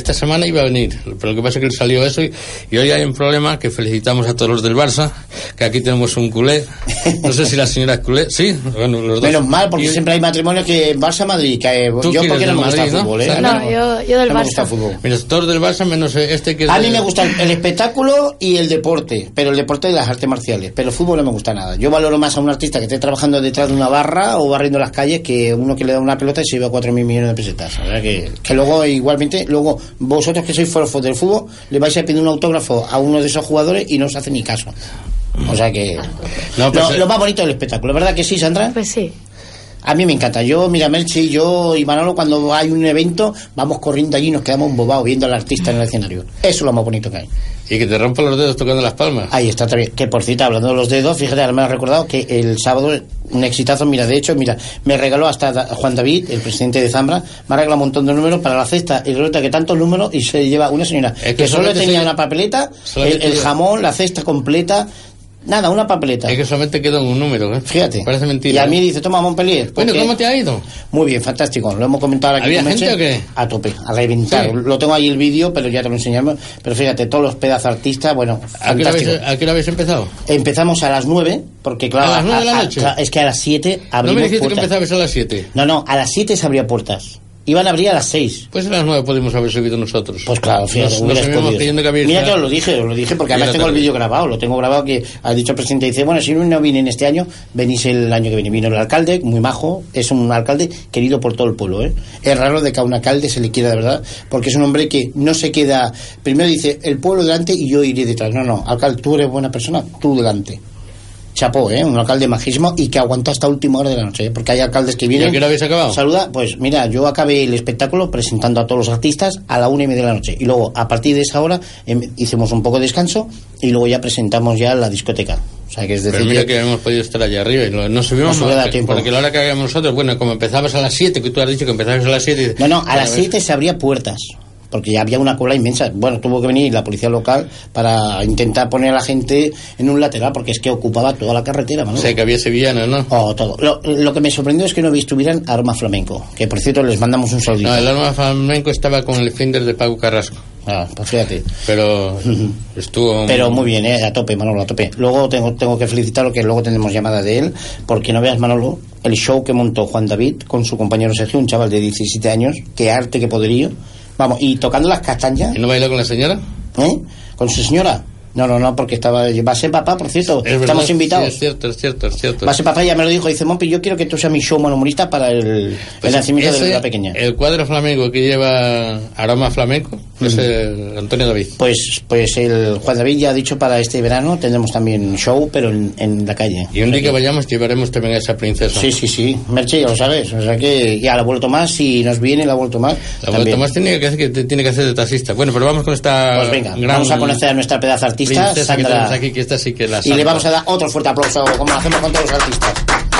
esta semana iba a venir, pero lo que pasa es que le salió eso y, y hoy hay un problema que felicitamos a todos los del Barça, que aquí tenemos un culé. No sé si la señora es culé. Sí, bueno, los dos. Menos mal, porque y, siempre hay matrimonios que Barça-Madrid. Que, yo porque no me gusta el fútbol, ¿eh? No, yo, yo del no me gusta Barça. el fútbol. Mira, todos del Barça menos este que es A de... mí me gusta el, el espectáculo y el deporte, pero el deporte y las artes marciales. Pero el fútbol no me gusta nada. Yo valoro más a un artista que esté trabajando detrás de una barra o barriendo las calles que uno que le da una pelota y se lleva cuatro mil millones de pesetas. O sea que, que luego, igualmente, luego vosotros que sois forofos del fútbol, le vais a pedir un autógrafo a uno de esos jugadores y no os hace ni caso. O sea que... No, pues, lo, lo más bonito del espectáculo, ¿verdad que sí, Sandra? Pues sí. A mí me encanta. Yo, mira, Merchi, yo y Manolo, cuando hay un evento, vamos corriendo allí y nos quedamos embobados viendo al artista en el escenario. Eso es lo más bonito que hay. Y que te rompan los dedos tocando las palmas. Ahí está también. Que por cierto, hablando de los dedos, fíjate, ahora me has recordado que el sábado, un exitazo, mira, de hecho, mira, me regaló hasta Juan David, el presidente de Zambra, me ha regalado un montón de números para la cesta, y resulta que tantos números, y se lleva una señora es que, que solo tenía se... una papeleta, el, el jamón, la cesta completa. Nada, una papeleta. Es que solamente quedó un número, ¿eh? Fíjate. Parece mentira. Y a ¿eh? mí dice, toma Montpellier. Bueno, ¿cómo te ha ido? Muy bien, fantástico. Lo hemos comentado aquí. ¿Había con gente Meche, o qué? A tope, a reventar. Sí. Lo tengo ahí el vídeo, pero ya te lo enseñamos. Pero fíjate, todos los pedazos artistas, bueno, ¿A qué, hora fantástico. habéis, ¿A qué hora habéis empezado? Empezamos a las nueve, porque claro... ¿A las nueve de la a- noche? a- es que a las siete No abrimos me dijiste puertas. que empezabais a las siete. No, no, a las siete se abría puertas. Iban a abrir a las seis. Pues a las nueve podemos haber subido nosotros. Pues claro, fíjate, Nos, hubieras nos habíamos podido. creyendo que había... Mira que os lo dije, os lo dije, porque Y además era tengo el tarde. vídeo grabado, lo tengo grabado que ha dicho el presidente, dice, bueno, si no vienen este año, venís el año que viene. Vino el alcalde, muy majo, es un alcalde querido por todo el pueblo, ¿eh? Es raro de que a un alcalde se le quiera de verdad, porque es un hombre que no se queda, primero dice, el pueblo delante y yo iré detrás. No, no, alcalde, tú eres buena persona, tú delante. Chapó, ¿eh? Un alcalde majísimo y que aguantó hasta última hora de la noche, ¿eh? Porque hay alcaldes que vienen... ¿Y a qué hora habéis acabado? Saluda, pues mira, yo acabé el espectáculo presentando a todos los artistas a la una y media de la noche. Y luego, a partir de esa hora, em, hicimos un poco de descanso y luego ya presentamos ya la discoteca. O sea, que es decir... Pero mira que- que hemos podido estar allá arriba y no, no subimos No se hubiera más, dado tiempo. porque la hora que hagamos nosotros, bueno, como empezabas a las siete, que tú has dicho que empezabas a las siete... No, no, a las ver. siete se abría puertas. Porque ya había una cola inmensa. Bueno, tuvo que venir la policía local para intentar poner a la gente en un lateral, porque es que ocupaba toda la carretera, ¿no? O sea, que había sevillanos, ¿no? Oh, todo. Lo, lo que me sorprendió es que no estuvieran Aroma Flamenco, que por cierto les mandamos un saludito. No, el arma flamenco estaba con el finder de Paco Carrasco, Ah, pues fíjate. pero estuvo... Pero muy bien, ¿eh? A tope, Manolo, a tope. Luego tengo, tengo que felicitarlo, que luego tenemos llamada de él, porque no veas, Manolo, el show que montó Juan David con su compañero Sergio, un chaval de diecisiete años, qué arte, qué poderío. Vamos, y tocando las castañas, ¿Y no bailó con la señora? ¿eh? Con su señora. No, no, no, porque estaba... Va a ser papá, por cierto. Es Estamos verdad, invitados. Sí, es cierto, es cierto, es cierto. Va a ser papá, ya me lo dijo. Dice, Mompi, yo quiero que tú seas mi showman humorista para el, Pues el nacimiento ese, de la pequeña. El cuadro flamenco que lleva aroma flamenco es el Antonio David. Pues pues el Juan David ya ha dicho para este verano tendremos también show, pero en, en la calle. Y un día que vayamos llevaremos también a esa princesa. Sí, sí, sí. Merche, ya lo sabes. O sea que ya la vuelto más, si nos viene la vuelto más. La vuelta más tiene que, hacer, que tiene que hacer de taxista. Bueno, pero vamos con esta Pues venga, gran vamos a conocer a nuestra pedazo artista, princesa que Sandra. tenemos aquí, que esta sí que la Y le vamos a dar otro fuerte aplauso, como lo hacemos con todos los artistas.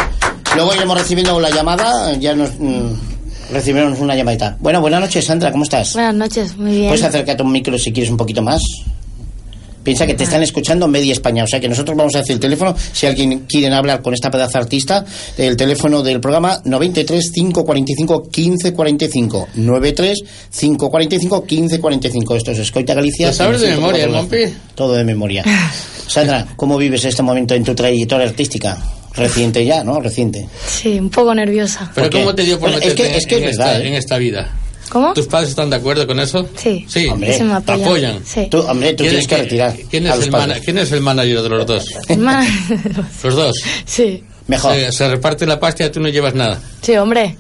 Luego iremos recibiendo la llamada, ya nos mm, recibieron una llamadita. Bueno, buenas noches, Sandra, ¿cómo estás? Buenas noches, muy bien. ¿Puedes acercarte a un micro si quieres un poquito más? Piensa que te están escuchando media España, o sea que nosotros vamos a hacer el teléfono, si alguien quiere hablar con esta pedazo artista, el teléfono del programa noventa y tres, cinco cuarenta y cinco, quince cuarenta y cinco, noventa y tres, cinco cuarenta y cinco, quince cuarenta y cinco. Esto es Escoita Galicia. ¿Lo sabes de memoria, ciento cuatro. Mompi? Todo de memoria. Sandra, ¿cómo vives este momento en tu trayectoria artística? Reciente ya, ¿no? Reciente. Sí, un poco nerviosa. Pero ¿Por qué? ¿cómo te dio por Bueno, es meterte que- es que en, es esta, verdad, ¿eh? en esta vida? ¿Cómo? ¿Tus padres están de acuerdo con eso? Sí. Sí. Hombre, Ese me ¿Te apoya. apoyan? Sí. Tú, hombre, tú ¿Quién tienes es- que retirar. ¿Quién a es, los el padres. mana- ¿Quién es el manager de los dos? Más- Los dos. sí. Mejor. Se, se reparte la pasta y tú no llevas nada. Sí, hombre.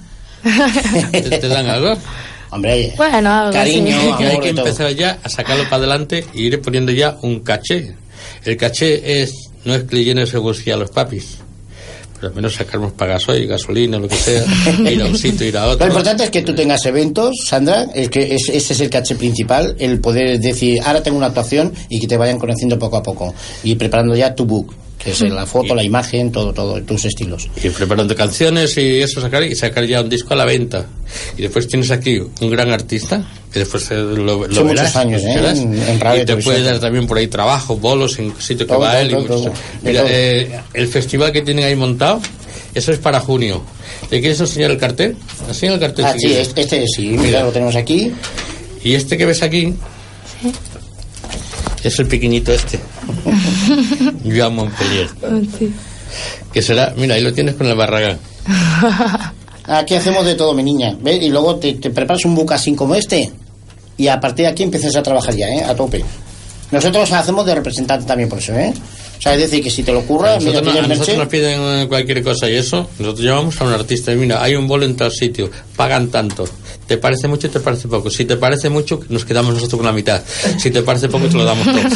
¿Te, te dan algo? Hombre, Bueno, algo cariño, así. Y que hay amor que de todo. empezar ya a sacarlo para adelante e ir poniendo ya un caché. El caché es no es que le llenes el bolsillo a los papis, pero al menos sacarnos para gasoil, gasolina, lo que sea, ir a un sitio, ir a otro. Lo importante es que tú tengas eventos, Sandra, es que es- ese es el caché principal, el poder decir, ahora tengo una actuación y que te vayan conociendo poco a poco y preparando ya tu book, que es la foto, la imagen, todo, todo, tus estilos. Y preparando canciones y eso, sacar y sacar ya un disco a la venta. Y después tienes aquí un gran artista, que después eh, lo, lo Son verás. muchos años, lo ¿eh? verás, En- en radio y y te televisión. puede dar también por ahí trabajo, bolos en sitio que Todo, va todo, él. y todo, muchas- todo. De Mira, todo. eh, el festival que tienen ahí montado, eso es para junio. ¿Le quieres enseñar el cartel? Enseña el cartel. Ah, si sí, quieres. este, este sí, mira, lo tenemos aquí. Y este que ves aquí Sí. es el pequeñito este. Joan Montpellier. Sí. Que será, mira, ahí lo tienes con el Barragán. Aquí hacemos de todo, mi niña. ¿Ves? Y luego te, te preparas un bucasín como este y a partir de aquí empiezas a trabajar ya, ¿eh? A tope. Nosotros hacemos de representante también por eso, ¿eh? O sea, es decir, que si te lo ocurra... A nosotros, mira, no- a Merche, nosotros nos piden cualquier cosa y eso, nosotros llevamos a un artista y mira, hay un bolo en tal sitio, pagan tanto. ¿Te parece mucho o te parece poco? Si te parece mucho, nos quedamos nosotros con la mitad. Si te parece poco, te lo damos todo.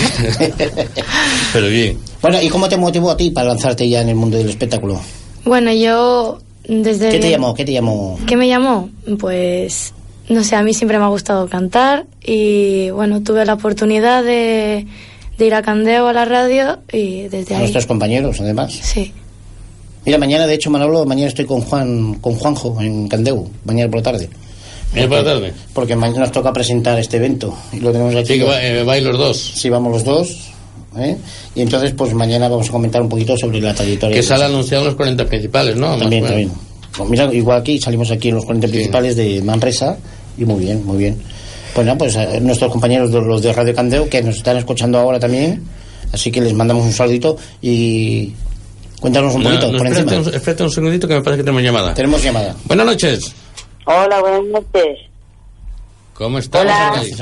Pero bien. Bueno, ¿y cómo te motivó a ti para lanzarte ya en el mundo del espectáculo? Bueno, yo desde... ¿Qué te llamó? ¿Qué te llamó? ¿Qué me llamó? Pues, no sé, a mí siempre me ha gustado cantar y, bueno, tuve la oportunidad de, de ir a Candeo a la radio y desde A ahí... nuestros compañeros, además. Sí. Mira, mañana, de hecho, Manolo, mañana estoy con Juan, con Juanjo en Candeu, mañana por la tarde. ¿Mañana por la tarde? Porque mañana nos toca presentar este evento y lo tenemos aquí. Sí, que va, eh, vais los dos. Sí, vamos los dos. ¿eh? Y entonces, pues mañana vamos a comentar un poquito sobre la trayectoria. Que de- sale anunciado en los cuarenta principales, ¿no? También, Más o menos. también. Pues mira, igual aquí salimos aquí en los cuarenta Sí. principales de Manresa y muy bien, muy bien. Pues nada, pues a nuestros compañeros de los de Radio Candeu que nos están escuchando ahora también, así que les mandamos un saludito y cuéntanos un No, poquito no, por espérate, encima. un, espérate un segundito que me parece que tenemos llamada. Tenemos llamada. Buenas noches. Hola, buenas noches. ¿Cómo estás? Hola. Rey?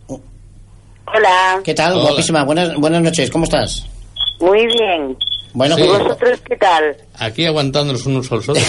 Hola. ¿Qué tal? Hola. Guapísima. Buenas, buenas noches. ¿Cómo estás? Muy bien. Bueno, Sí. ¿Y pues- vosotros qué tal? Aquí aguantándonos unos a los otros.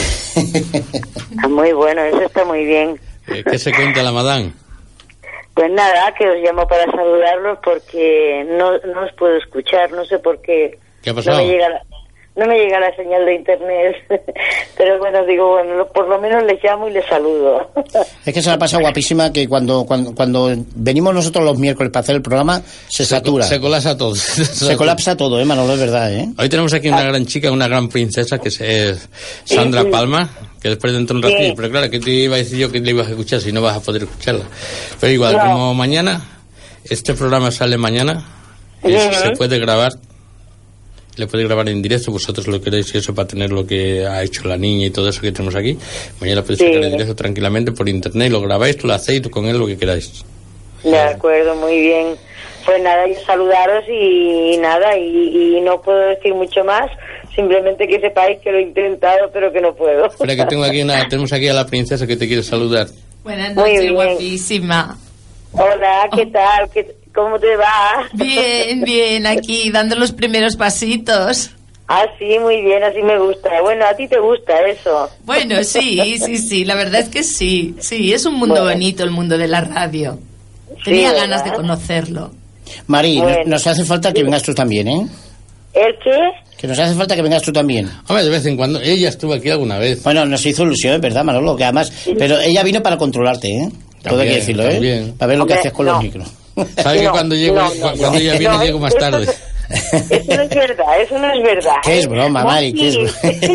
Ah, muy bueno, eso está muy bien. Eh, ¿Qué se cuenta la madame? Pues nada, que os llamo para saludarlos porque no, no os puedo escuchar, no sé por qué. ¿Qué ha pasado? No me llega la, no me llega la señal de internet. Pero bueno, digo, bueno, lo- por lo menos les llamo y les saludo. es que se la pasa guapísima que cuando, cuando, cuando venimos nosotros los miércoles para hacer el programa, se satura. Se colapsa todo. Se colapsa todo, ¿eh, Manolo? Es verdad, ¿eh? Hoy tenemos aquí una gran chica, una gran princesa, que es Sandra Palma, que después dentro de un ratillo, Sí. pero claro, que te iba a decir yo que le ibas a escuchar si no vas a poder escucharla. Pero igual, No. como mañana, este programa sale mañana, y Ujú. se puede grabar, le puede grabar en directo, vosotros lo queréis y eso para tener lo que ha hecho la niña y todo eso que tenemos aquí. Mañana podéis Sí. sacar en directo tranquilamente por internet, lo grabáis, lo hacéis con él lo que queráis. De acuerdo, muy bien. Pues nada, yo saludaros y nada, y, y no puedo decir mucho más, simplemente que sepáis que lo he intentado, pero que no puedo. Espera que tengo aquí una, tenemos aquí a la princesa que te quiere saludar. Buenas Muy noches, bien. guapísima. Hola, ¿qué tal? ¿Qué, ¿Cómo te va? Bien, bien, aquí dando los primeros pasitos. Ah, sí, muy bien, así me gusta. Bueno, a ti te gusta eso. Bueno, sí, sí, sí, la verdad es que sí. Sí, es un mundo Bueno. bonito el mundo de la radio. Tenía Sí, ganas de ¿verdad? conocerlo. Mari, Bueno. nos hace falta que vengas tú también, ¿eh? ¿El qué? Que nos hace falta que vengas tú también. Hombre, de vez en cuando, ella estuvo aquí alguna vez. Bueno, nos hizo ilusión, ¿verdad, Manolo? Que además, pero ella vino para controlarte, ¿eh? Todo hay que decirlo, ¿eh? también. Para ver lo que Hombre, hacías con no. los micros. ¿Sabes que No, cuando llego, no, no, cu- no. cuando ella viene No, llego más eso tarde? no- Eso no es verdad, eso no es verdad. ¿Qué es broma, Mari? ¿Qué es,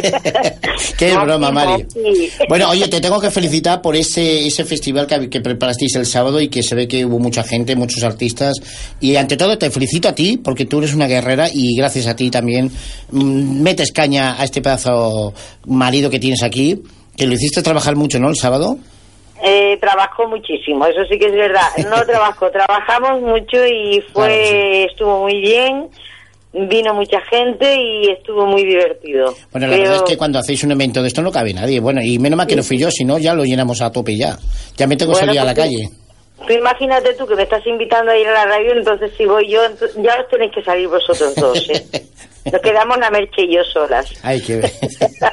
¿Qué es broma, Mari? Bueno, oye, te tengo que felicitar por ese ese festival que, que preparasteis el sábado y que se ve que hubo mucha gente, muchos artistas. Y ante todo te felicito a ti porque tú eres una guerrera y gracias a ti también mm, metes caña a este pedazo marido que tienes aquí, que lo hiciste trabajar mucho, ¿no? El sábado. Eh, trabajó muchísimo, eso sí que es verdad. No trabajó, trabajamos mucho y fue, Claro, sí. estuvo muy bien. Vino mucha gente y estuvo muy divertido. Bueno, la Creo- verdad es que cuando hacéis un evento de esto no cabe nadie. Bueno, y menos mal que no fui yo, si no ya lo llenamos a tope ya. Ya me tengo que Bueno, salir a la pues, calle. Tú imagínate tú que me estás invitando a ir a la radio, entonces si voy yo, ent- ya os tenéis que salir vosotros dos, ¿eh? Nos quedamos la Merche y yo solas. Hay que ver.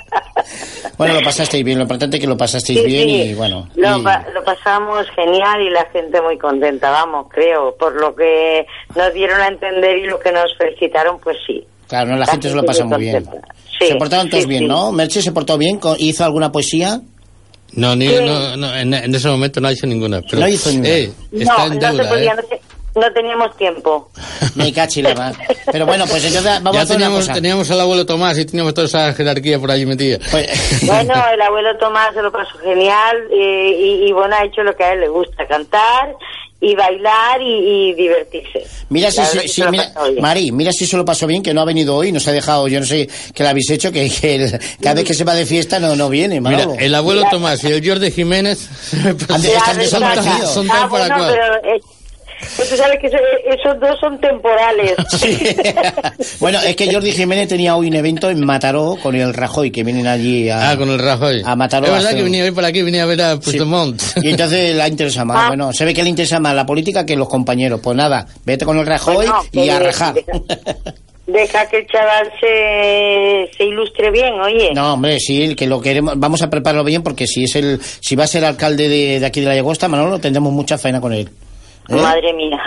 Bueno, lo pasasteis bien, lo importante es que lo pasasteis Sí, bien sí. y bueno. Lo, y- pa- lo pasamos genial y la gente muy contenta, vamos, creo. Por lo que nos dieron a entender y lo que nos felicitaron, pues sí. Claro, no, la La gente se lo gente pasa muy muy bien. contenta. Sí, se portaron todos sí, bien, sí. ¿no? Merche se portó bien, co- hizo alguna poesía. No, ni, Sí. no, no en, en ese momento no ha hecho ninguna. Pero, No hizo ninguna. Eh, está No, en no se deuda, podía, ¿eh? no, te- no teníamos tiempo. Me cachi la más. Pero bueno, pues entonces vamos a Ya hacer una teníamos, cosa. teníamos al abuelo Tomás y teníamos toda esa jerarquía por allí metida. Pues- Bueno, el abuelo Tomás se lo pasó genial eh, y, y bueno, ha hecho lo que a él le gusta, cantar y bailar y, y divertirse. Mira si, La si, verdad que si se lo ha mira, pasado bien. Mari, mira si se lo pasó bien, que no ha venido hoy, nos ha dejado, yo no sé qué le habéis hecho, que, que el- cada vez que se va de fiesta no, no viene, Mira, Manolo. el abuelo Tomás y el Jordi Jiménez Ande- Ya, están resulta- desaparecidos. son Ah, tal para bueno, cual. pero eh, pues tú sabes que eso- esos dos son temporales. Sí. Bueno, es que Jordi Jiménez tenía hoy un evento en Mataró con el Rajoy, que vienen allí a... Ah, con el Rajoy. A Mataró Es a verdad hacer- que venía hoy por aquí, venía a ver a Sí. Puigdemont. Y entonces la interesa más. Ah. Bueno, se ve que le interesa más la política que los compañeros. Pues nada, vete con el Rajoy Bueno, y a que- rajar. Deja que el chaval se, se ilustre bien, oye. No, hombre, sí, el que lo queremos, vamos a prepararlo bien porque si es el, si va a ser alcalde de, de aquí de la Llagosta, Manolo, tendremos mucha faena con él. ¿Eh? Madre mía.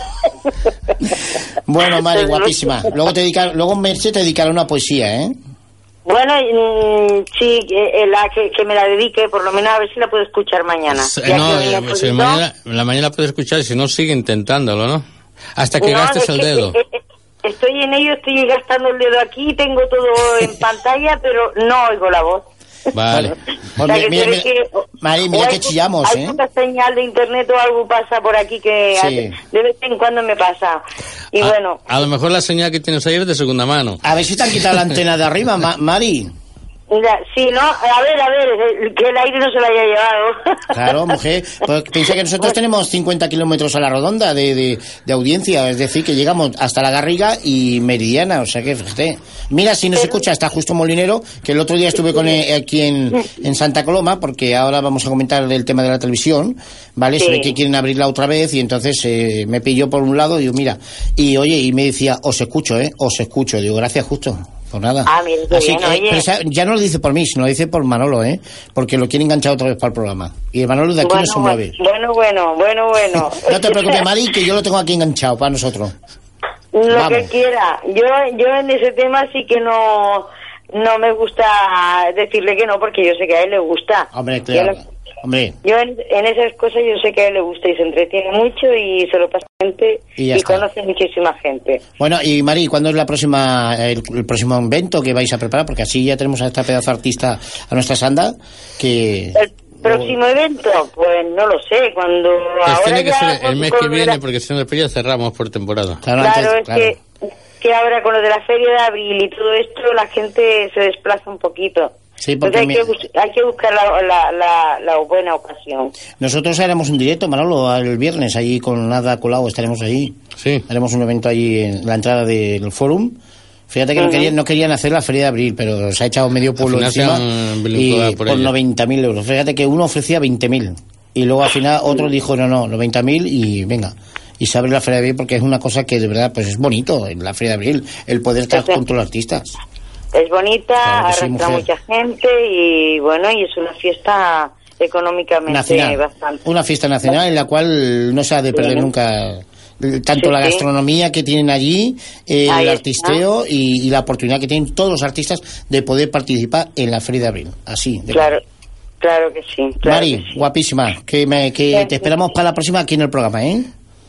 Bueno, Mari, Pues, guapísima. Luego te dedicar, luego Merche te dedicará una poesía, ¿eh? Bueno, mm, sí, eh, eh, la que, que me la dedique, por lo menos a ver si la puedo escuchar mañana. Sí, Ya no, que eh, me he si podido- mañana, la mañana puedes escuchar, si no, sigue intentándolo, ¿no? Hasta que No, gastes es el que, dedo. eh, eh, estoy en ello, estoy gastando el dedo aquí, tengo todo en pantalla, pero no oigo la voz. Vale. Pues O sea, que mira, se ve mira, que- Mari, o mira hay que pu- chillamos, Hay ¿eh? poca señal de internet o algo pasa por aquí que Sí. hace- de vez en cuando me pasa. Y A- bueno, A, lo mejor la señal que tienes ahí es de segunda mano. A ver si te han quitado la antena de arriba, Ma- Mari. mira, sí, no, a ver, a ver, el- que el aire no se lo haya llevado. Claro, mujer. Pues piensa que nosotros tenemos cincuenta kilómetros a la redonda de, de, de audiencia, es decir, que llegamos hasta la Garriga y Meridiana, o sea que fíjate. Mira, si nos escucha, está justo Molinero, que el otro día estuve con él aquí en, en Santa Coloma, porque ahora vamos a comentar el tema de la televisión, ¿vale? Se Sí. ve que quieren abrirla otra vez y entonces eh, me pilló por un lado y digo, mira, y oye, y me decía, os escucho, ¿eh? Os escucho. Digo, gracias, justo. Pues nada. Ah, mira, qué Así bien, que, oye. pero esa- ya no lo dice por mí, sino lo dice por Manolo, ¿eh? Porque lo quiere enganchar otra vez para el programa. Y el Manolo de aquí bueno, no se mueve. bueno, bueno, bueno, bueno. No te preocupes, Mari, que yo lo tengo aquí enganchado para nosotros. Lo Vamos. que quiera. Yo, yo en ese tema sí que no, no me gusta decirle que no, porque yo sé que a él le gusta. Hombre, Yo, claro. no- Hombre, yo en, en esas cosas yo sé que a él le gusta y se entretiene mucho y se lo pasa gente Y y, ya está. conoce muchísima gente. bueno, y Mari, ¿cuándo es la próxima, el, el próximo evento que vais a preparar? Porque así ya tenemos a esta pedazo de artista, a nuestra Sanda, que... El próximo evento, pues no lo sé, cuando Pues ahora tiene que ya ser el con- mes con que lo de viene, la- porque si no después ya cerramos por temporada. Claro, Claro, antes- es claro. que, que ahora con lo de la feria de abril y todo esto, la gente se desplaza un poquito. Sí, porque Entonces hay, mi- que, bus- hay que buscar la, la, la, la buena ocasión. Nosotros haremos un directo, Manolo, el viernes, allí con Nada Colau, estaremos allí. Sí. Haremos un evento allí en la entrada del Fórum. Fíjate que no, Ujú. querían, no querían hacer la feria de abril, pero se ha echado medio pueblo Al final se encima han y vinculado por por ello. noventa mil euros. Fíjate que uno ofrecía veinte mil y luego al final otro dijo no, no, noventa mil y venga. Y se abre la feria de abril porque es una cosa que de verdad pues es bonito, en la feria de abril, el poder estar Ajá. junto a los artistas. Es bonita, Claro que sí, arrastra mujer. mucha gente y bueno, y es una fiesta económicamente Nacional. bastante. Una fiesta nacional en la cual no se ha de perder Sí. nunca eh, tanto Sí, la sí. gastronomía que tienen allí, eh, Ahí el está. artisteo y, y la oportunidad que tienen todos los artistas de poder participar en la feria de abril. Así. de Claro, claro que sí. Claro Mari, que sí. guapísima, que, me, que te esperamos para la próxima aquí en el programa, ¿eh?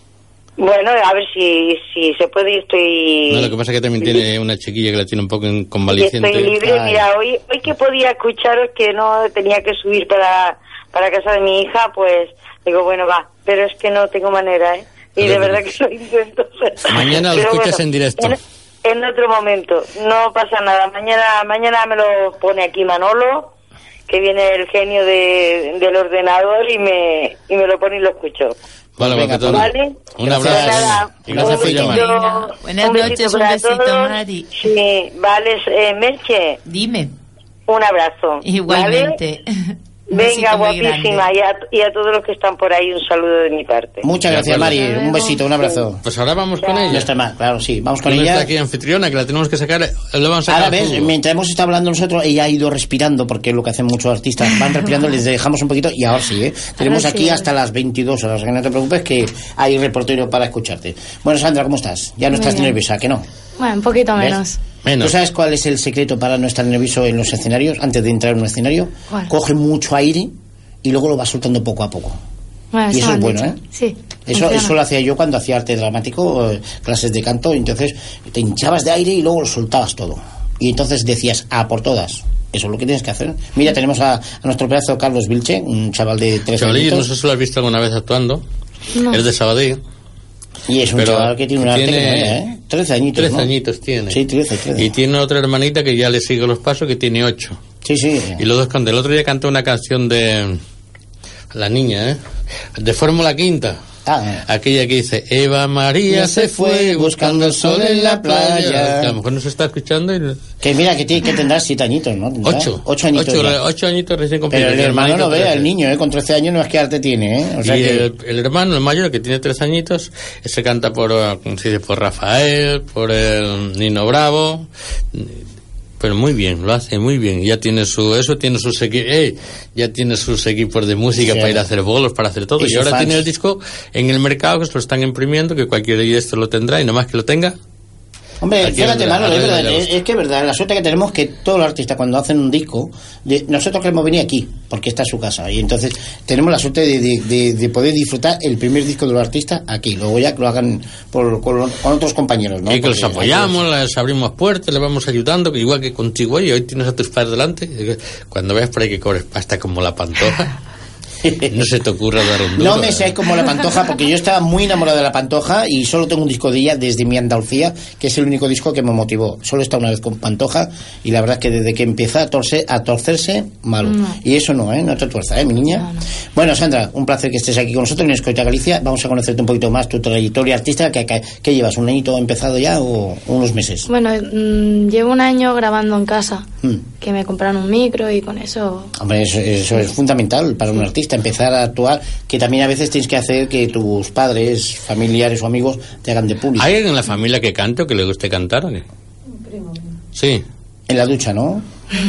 Bueno, a ver si, si se puede y estoy... No, lo que pasa es que también tiene una chiquilla que la tiene un poco en Y convaleciente. estoy libre, Ay. mira, hoy, hoy que podía escucharos que no tenía que subir para, para casa de mi hija, pues digo, bueno, va, pero es que no tengo manera, ¿eh? Y Pero de que- verdad que lo intento. Mañana lo Pero escuchas en directo. En, en otro momento, no pasa nada. Mañana mañana me lo pone aquí Manolo, que viene el genio de, del ordenador y me, y me lo pone y lo escucho. Vale, Venga, guapetón. ¿Vale? Un Gracias. abrazo. Nada, Y gracias un por besito, llamar. Venga, buenas un besito noches, un para besito, todos. Mari. Sí, vale, eh, Merche, Dime, un abrazo. igualmente. ¿vale? Un Venga, besito muy guapísima, grande. y a, y a todos los que están por ahí, un saludo de mi parte. Muchas De gracias, acuerdo. Mari. Un besito, un abrazo. Pues ahora vamos con No ella. está mal, claro, sí. Vamos con No está ella. aquí anfitriona, que la tenemos que sacar. Lo vamos a sacar Ahora al ves, fútbol. mientras hemos estado hablando nosotros, ella ha ido respirando, porque es lo que hacen muchos artistas. Van respirando, les dejamos un poquito y ahora sí, ¿eh? Tenemos sí. aquí hasta las veintidós horas, que no te preocupes, que hay reportero para escucharte. Bueno, Sandra, ¿cómo estás? Ya no Muy estás bien. nerviosa, ¿que no? Bueno, un poquito ¿Ves? menos. Menos. ¿Tú sabes cuál es el secreto para no estar nervioso en los escenarios, antes de entrar en un escenario? ¿Cuál? Coge mucho aire y luego lo vas soltando poco a poco. Bueno, Y eso me es han bueno, dicho. ¿eh? Sí. Eso, funciona. eso lo hacía yo cuando hacía arte dramático, eh, clases de canto, entonces te hinchabas de aire y luego lo soltabas todo. Y entonces decías, a por todas. Eso es lo que tienes que hacer. Mira, tenemos a, a nuestro pedazo Carlos Vilche, un chaval de tres Chavalillo, no añitos. sé si lo has visto alguna vez actuando. No. Es de Sabadell. Y es un Pero chaval que tiene un arte tiene que no es, ¿eh? trece añitos, trece ¿no? añitos tiene. Sí, trece, trece. Y tiene otra hermanita que ya le sigue los pasos, que tiene ocho. Sí, sí. Y los dos cantan. El otro día cantó una canción de la niña, ¿eh? De Fórmula Quinta. Ah, Aquella que dice, Eva María se fue buscando el sol en la playa. Que a lo mejor no se está escuchando. Y... que mira, que, tiene, que tendrá siete añitos, ¿no? ¿Tendrá? Ocho. Ocho añitos. Ocho, ya. ocho añitos recién cumplidos. Pero el hermano no vea, trece. el niño, ¿eh? Con trece años no es que arte tiene, ¿eh? O sea y que... el, el hermano, el mayor, que tiene tres añitos, ese canta por, uh, ¿cómo se dice? Por Rafael, por el Nino Bravo, pero muy bien, lo hace muy bien. Ya tiene su, eso tiene sus equipos, eh, ya tiene sus equipos de música sí, para ir a hacer bolos, para hacer todo. Y, y ahora fans. Tiene el disco en el mercado que se lo están imprimiendo, que cualquiera de estos lo tendrá y nomás que lo tenga. Hombre, aquí fíjate, la, Manolo, es, verdad, es, es que es verdad, la suerte que tenemos que todos los artistas cuando hacen un disco, de, nosotros queremos venir aquí, porque esta es su casa, y entonces tenemos la suerte de, de, de, de poder disfrutar el primer disco de los artistas aquí, luego ya que lo hagan por, con, con otros compañeros, ¿no? Y que los apoyamos, que... les abrimos puertas, les vamos ayudando, que igual que contigo, oye, hoy tienes a tus padres delante, cuando veas por ahí que cobres pasta como la Pantoja... No se te ocurra dar un duro. No me sé como la Pantoja, porque yo estaba muy enamorado de la Pantoja y solo tengo un disco de ella desde mi Andalucía, que es el único disco que me motivó. Solo he estado una vez con Pantoja y la verdad es que desde que empieza a, torcer, a torcerse, malo. No. Y eso no, ¿eh? No te tuerza, ¿eh, mi niña? No, no. Bueno, Sandra, un placer que estés aquí con nosotros en Escoita Galicia. Vamos a conocerte un poquito más, tu trayectoria artística. ¿Qué, qué, qué llevas? ¿Un añito empezado ya o unos meses? Bueno, mmm, llevo un año grabando en casa, mm. que me compraron un micro y con eso... Hombre, eso, eso es fundamental para un artista, empezar a actuar, que también a veces tienes que hacer que tus padres, familiares o amigos te hagan de público. ¿Hay alguien en la familia que cante o que le guste cantar? ¿O qué? Un primo. Sí. En la ducha, ¿no?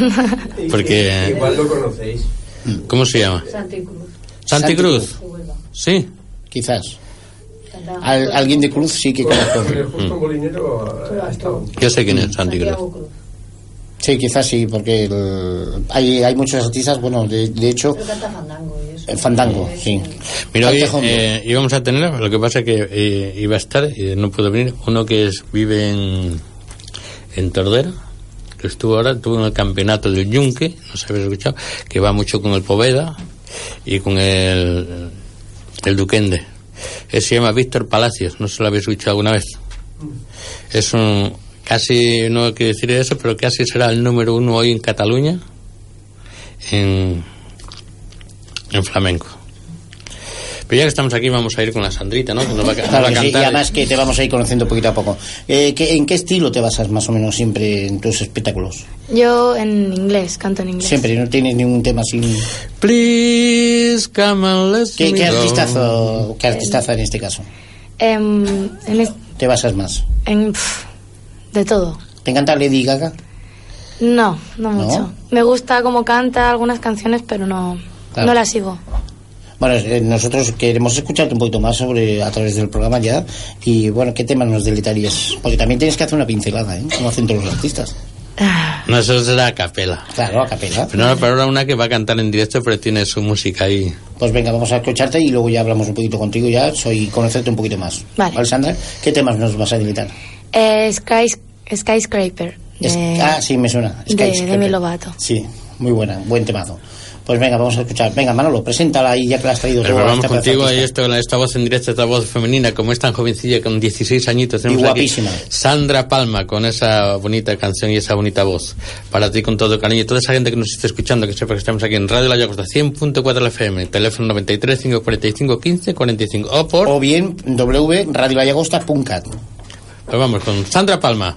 Porque... Igual lo conocéis. ¿Cómo se llama? Santi Cruz. ¿Santi Cruz? Sí. Quizás. Al, alguien de Cruz sí que conozco. Justo Molinero ha estado. Yo sé quién es Santi Cruz. Sí, quizás sí, porque el, hay, hay muchos artistas, bueno, de, de hecho... Pero canta fandango y eso. El fandango, sí. Mira, hoy eh, íbamos a tener, lo que pasa es que eh, iba a estar, y no pudo venir, uno que es, vive en, en Tordera, que estuvo ahora, estuvo en el campeonato del Yunque, no se habéis escuchado, que va mucho con el Poveda y con el, el Duquende. Él se llama Víctor Palacios, no se lo habéis escuchado alguna vez. Es un... Casi, no quiero decir eso, pero casi será el número uno hoy en Cataluña en, en flamenco. Pero ya que estamos aquí vamos a ir con la Sandrita, ¿no? Que nos va, claro, nos va a cantar. Sí, y además que te vamos a ir conociendo poquito a poco. Eh, ¿qué, ¿En qué estilo te basas más o menos siempre en tus espectáculos? Yo en inglés, canto en inglés. Siempre, no tienes ningún tema así... Please come and let ¿Qué, me qué go. artistazo, qué artistaza en este caso? En, en es, ¿Te basas más? En... Pff, de todo. ¿Te encanta Lady Gaga? No, no mucho. ¿No? Me gusta cómo canta algunas canciones, pero no, claro. no las sigo. Bueno, eh, nosotros queremos escucharte un poquito más sobre a través del programa ya. Y bueno, ¿qué temas nos deleitarías? Porque también tienes que hacer una pincelada, ¿eh? Como hacen todos los artistas. No, eso será a capela. Claro, a capela. Pero no, pero ahora una que va a cantar en directo, pero tiene su música ahí. Pues venga, vamos a escucharte y luego ya hablamos un poquito contigo ya, soy conocerte un poquito más. Vale. ¿Vale, Sandra? ¿Qué temas nos vas a deleitar? Eh, Sky, Skyscraper. De, es, ah, sí, me suena. De Demi Lovato. Sí, muy buena, buen temazo. Pues venga, vamos a escuchar. Venga, Manolo, preséntala ahí ya que la has traído. Pero vamos contigo ahí, esto, esta voz en directo, esta voz femenina, como es tan jovencilla, con dieciséis añitos. Y guapísima. Aquí Sandra Palma, con esa bonita canción y esa bonita voz. Para ti, con todo cariño. Y toda esa gente que nos esté escuchando, que sepa que estamos aquí en Radio La Llagosta, cien punto cuatro F M, teléfono noventa y tres, cinco cuarenta y cinco, quince cuarenta y cinco. O por... O bien, w radio la llagosta punto cat. Pues vamos con Sandra Palma.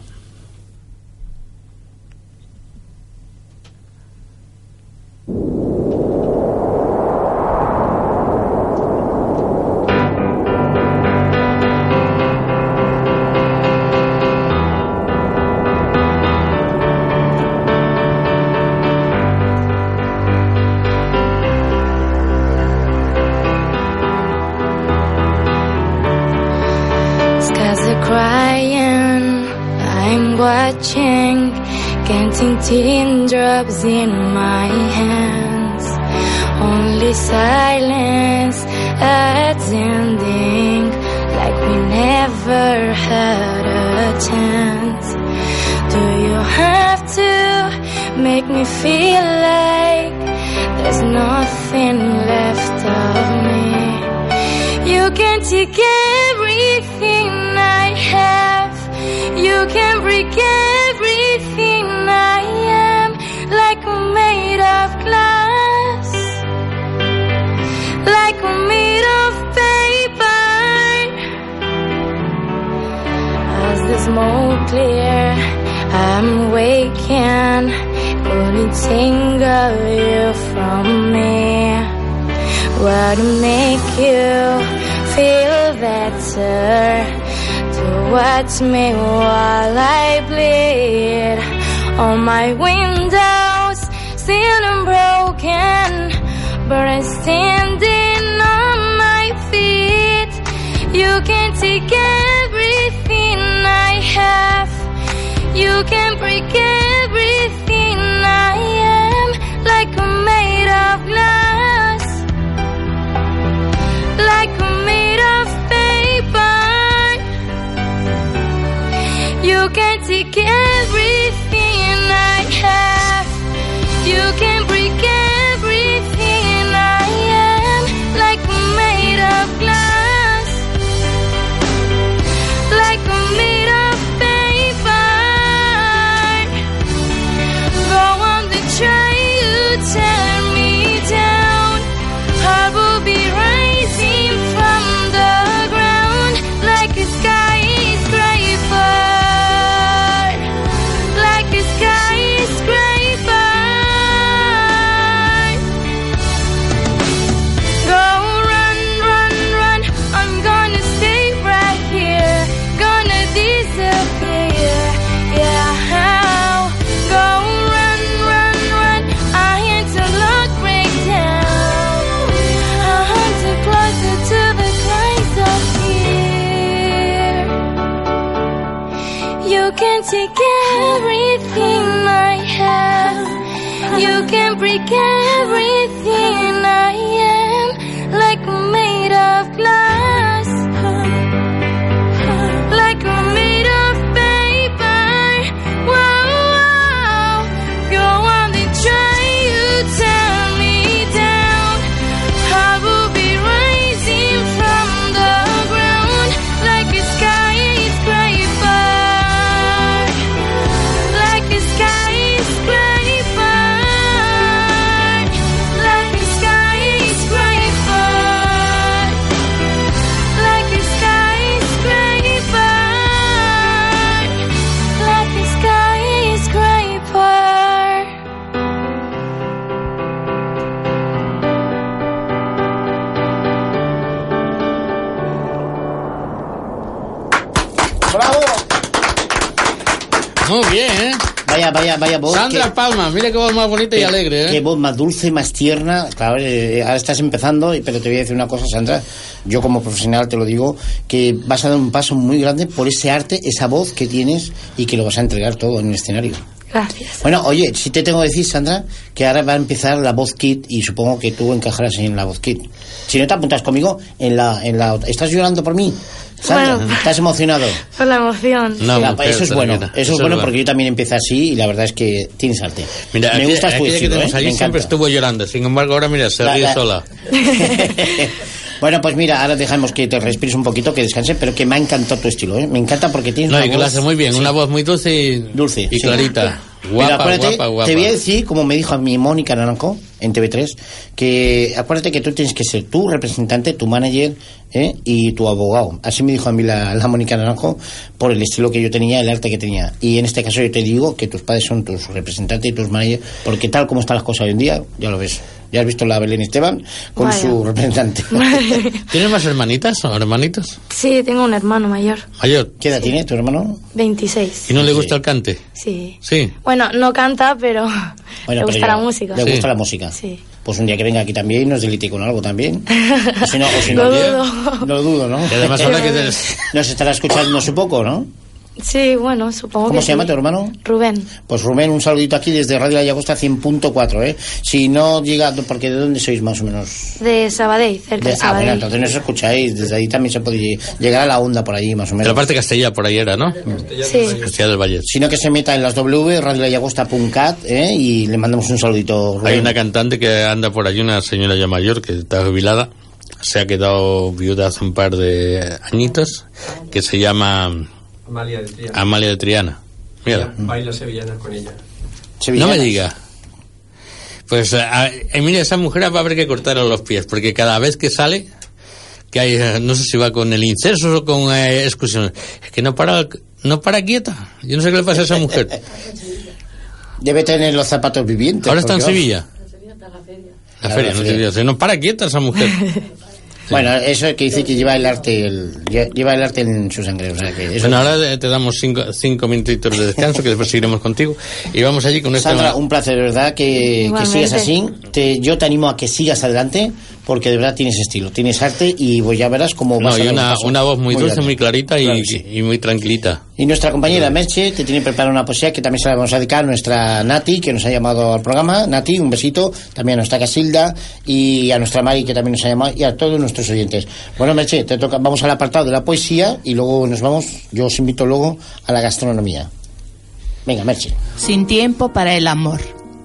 Teardrops in my hands, only silence attending, like we never had a chance. Do you have to make me feel like there's nothing left of me? You can take everything is more clear. I'm waking, only think of you from me. What to make you feel better? To watch me while I bleed. All my windows still unbroken, but I'm standing on my feet. You can take everything I have. You can break everything I am, like I'm made of glass, like I'm made of paper. You can take everything I have. You can break everything I am, like I'm made of glass, like I'm made of paper. Go on to try to tear me down. I will be rising from the ground like a skyscraper, like a skyscraper. Go run, run, run. I'm gonna stay right here, gonna disappear. Yeah, how? Go run, run, run. I had to look right down. I had to closer to the clouds of fear. You can take everything I have. You can break everything I am, like I'm made of glass, like I'm made of paper. Whoa, whoa. Go on and try to tear me down. I will be rising from the ground like a skyscraper, like a skyscraper, like a skyscraper, like a skyscraper, like a skyscraper. ¡Bravo! Muy bien, ¿eh? Vaya, vaya, vaya voz. Sandra que- Palma, mira qué voz más bonita y alegre, ¿eh? Qué voz más dulce, más tierna. Claro, eh, ahora estás empezando, pero te voy a decir una cosa, Sandra. Yo como profesional te lo digo, que vas a dar un paso muy grande por ese arte, esa voz que tienes y que lo vas a entregar todo en el escenario. Gracias. Bueno, oye, sí te tengo que decir, Sandra, que ahora va a empezar la voz kit y supongo que tú encajarás en la voz kit. Si no te apuntas conmigo, en la, en la, ¿estás llorando por mí? Sandra, Bueno. ¿estás emocionado? Por la emoción. No, Ya, mujer, eso es bueno, tranquila. eso es bueno porque yo también empecé así y la verdad es que tienes arte. Mira, me aquí- gusta tu aquella que estilo, tenemos ¿eh? allí Me siempre encanta. estuvo llorando. Sin embargo, ahora mira, se La- ríe la- sola. Bueno, pues mira, ahora dejamos que te respires un poquito, que descanses, pero que me ha encantado tu estilo, ¿eh? Me encanta porque tienes No, una y que voz... lo hace muy bien. sí, Una voz muy dulce y, dulce y sí. clarita. Pero Guapa, acuérdate, guapa, guapa. te voy a decir, como me dijo a mi Mónica Naranjo en T V tres, que acuérdate que tú tienes que ser tu representante, tu manager, ¿eh? Y tu abogado. Así me dijo a mí la, la Mónica Naranjo, por el estilo que yo tenía, el arte que tenía. Y en este caso yo te digo que tus padres son tus representantes y tus managers, porque tal como están las cosas hoy en día, ya lo ves. Ya has visto la Belén Esteban con Vaya. su representante. ¿Tienes más hermanitas o hermanitos? Sí, tengo un hermano mayor, Mayor. ¿Qué edad tiene tu hermano? veintiséis. ¿Y no le Sí. gusta el cante? Sí. Sí. Bueno, no canta, pero Bueno, le pero gusta ya- la música. Le Sí. gusta la música. Sí. Pues un día que venga aquí también y nos delite con algo también. O si no, o si no, Lo oye, dudo. no lo dudo, ¿no? Y además ahora que te- Nos estará escuchando hace poco, ¿no? Sí, bueno, supongo ¿Cómo que se llama sí. tu hermano? Rubén, Pues Rubén, un saludito aquí desde Radio La Llagosta cien punto cuatro, ¿eh? Si no llega, porque ¿de dónde sois más o menos? de Sabadell, cerca De- de, ah, Sabadell. bueno, entonces nos escucháis, desde ahí también se puede llegar a la onda por allí más o De menos. la parte Castella, por ahí era, ¿no? Sí. Castilla del Valle. Sino que se meta en las W, radio la llagosta punto cat, ¿eh? Y le mandamos un saludito, Rubén. Hay una cantante que anda por allí, una señora ya mayor, que está jubilada. Se ha quedado viuda hace un par de añitos, que se llama Amalia de Triana. Amalia de Triana. Mira. Baila sevillanas con ella. No Sevillanas. me diga. Pues, a, a, mira, esa mujer va a haber que cortarle los pies, porque cada vez que sale, que hay, eh, no sé si va con el incenso o con eh, excursiones, es que no para No para quieta. Yo no sé qué le pasa a esa mujer. Debe tener los zapatos vivientes. Ahora está en porque, Sevilla. La feria, no Sevilla. No para quieta esa mujer. Bueno, eso es que dice que lleva el arte el, lleva el arte en su sangre. O sea que eso... Bueno, ahora te damos cinco, cinco minutitos de descanso, que después seguiremos contigo. Y vamos allí con Sandra, esta... un placer, de verdad, que, que sigas así. Te, yo te animo a que sigas adelante, porque de verdad tienes estilo, tienes arte y pues ya verás cómo vas no, a y una, una voz muy, muy dulce, grande. Muy clarita y, claro, sí. y muy tranquilita. Y nuestra compañera Merche te tiene preparada una poesía que también se la vamos a dedicar a nuestra Nati, que nos ha llamado al programa. Nati, un besito. También a nuestra Casilda y a nuestra Mari, que también nos ha llamado, y a todos nuestros oyentes. Bueno, Merche, te toca, vamos al apartado de la poesía y luego nos vamos, yo os invito luego a la gastronomía. Venga, Merche. Sin tiempo para el amor.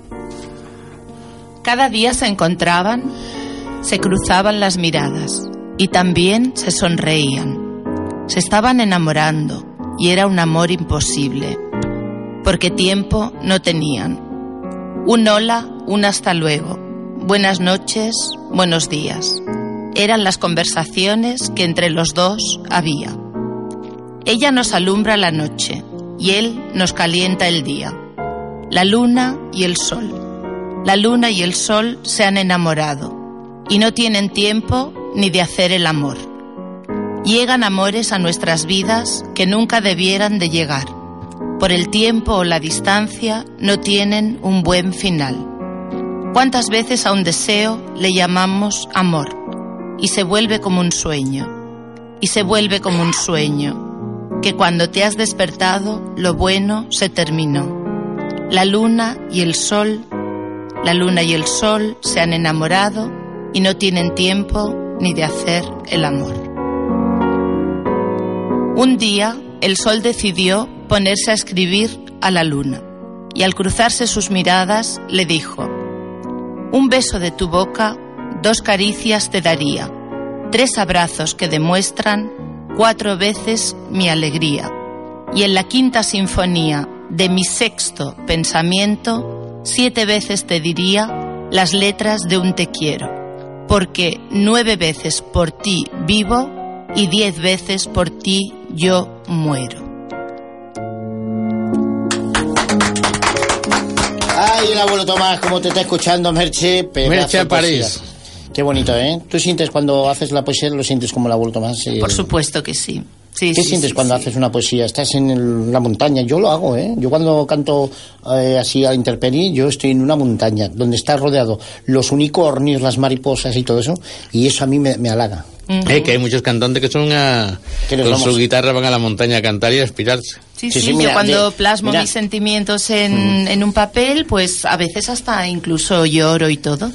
Cada día se encontraban, se cruzaban las miradas y también se sonreían. Se estaban enamorando y era un amor imposible, porque tiempo no tenían. Un hola, un hasta luego, buenas noches, buenos días. Eran las conversaciones que entre los dos había. Ella nos alumbra la noche y él nos calienta el día. La luna y el sol. La luna y el sol se han enamorado y no tienen tiempo ni de hacer el amor. Llegan amores a nuestras vidas que nunca debieran de llegar. Por el tiempo o la distancia no tienen un buen final. ¿Cuántas veces a un deseo le llamamos amor? Y se vuelve como un sueño. Y se vuelve como un sueño. Que cuando te has despertado, lo bueno se terminó. La luna y el sol, la luna y el sol se han enamorado y no tienen tiempo ni de hacer el amor. Un día, el sol decidió ponerse a escribir a la luna y al cruzarse sus miradas le dijo: un beso de tu boca, dos caricias te daría, tres abrazos que demuestran cuatro veces mi alegría, y en la quinta sinfonía de mi sexto pensamiento, siete veces te diría las letras de un te quiero, porque nueve veces por ti vivo y diez veces por ti yo muero. Ay, el abuelo Tomás, como te está escuchando, Merche. Merche a París. Qué bonito, ¿eh? ¿Tú sientes cuando haces la poesía, lo sientes como el abuelo Tomás? Sí. Por supuesto que sí. Sí, ¿Qué sí, sientes sí, cuando sí. haces una poesía? Estás en el, la montaña. Yo lo hago, ¿eh? Yo cuando canto eh, así a la intemperie, yo estoy en una montaña donde está rodeado los unicornios, las mariposas y todo eso, y eso a mí me, me halaga. Uh-huh. Eh, que hay muchos cantantes que son a, con vamos? su guitarra van a la montaña a cantar y a inspirarse. Sí, sí, sí, sí mira, yo cuando de, plasmo mira. mis sentimientos en, mm. en un papel, pues a veces hasta incluso lloro y todo.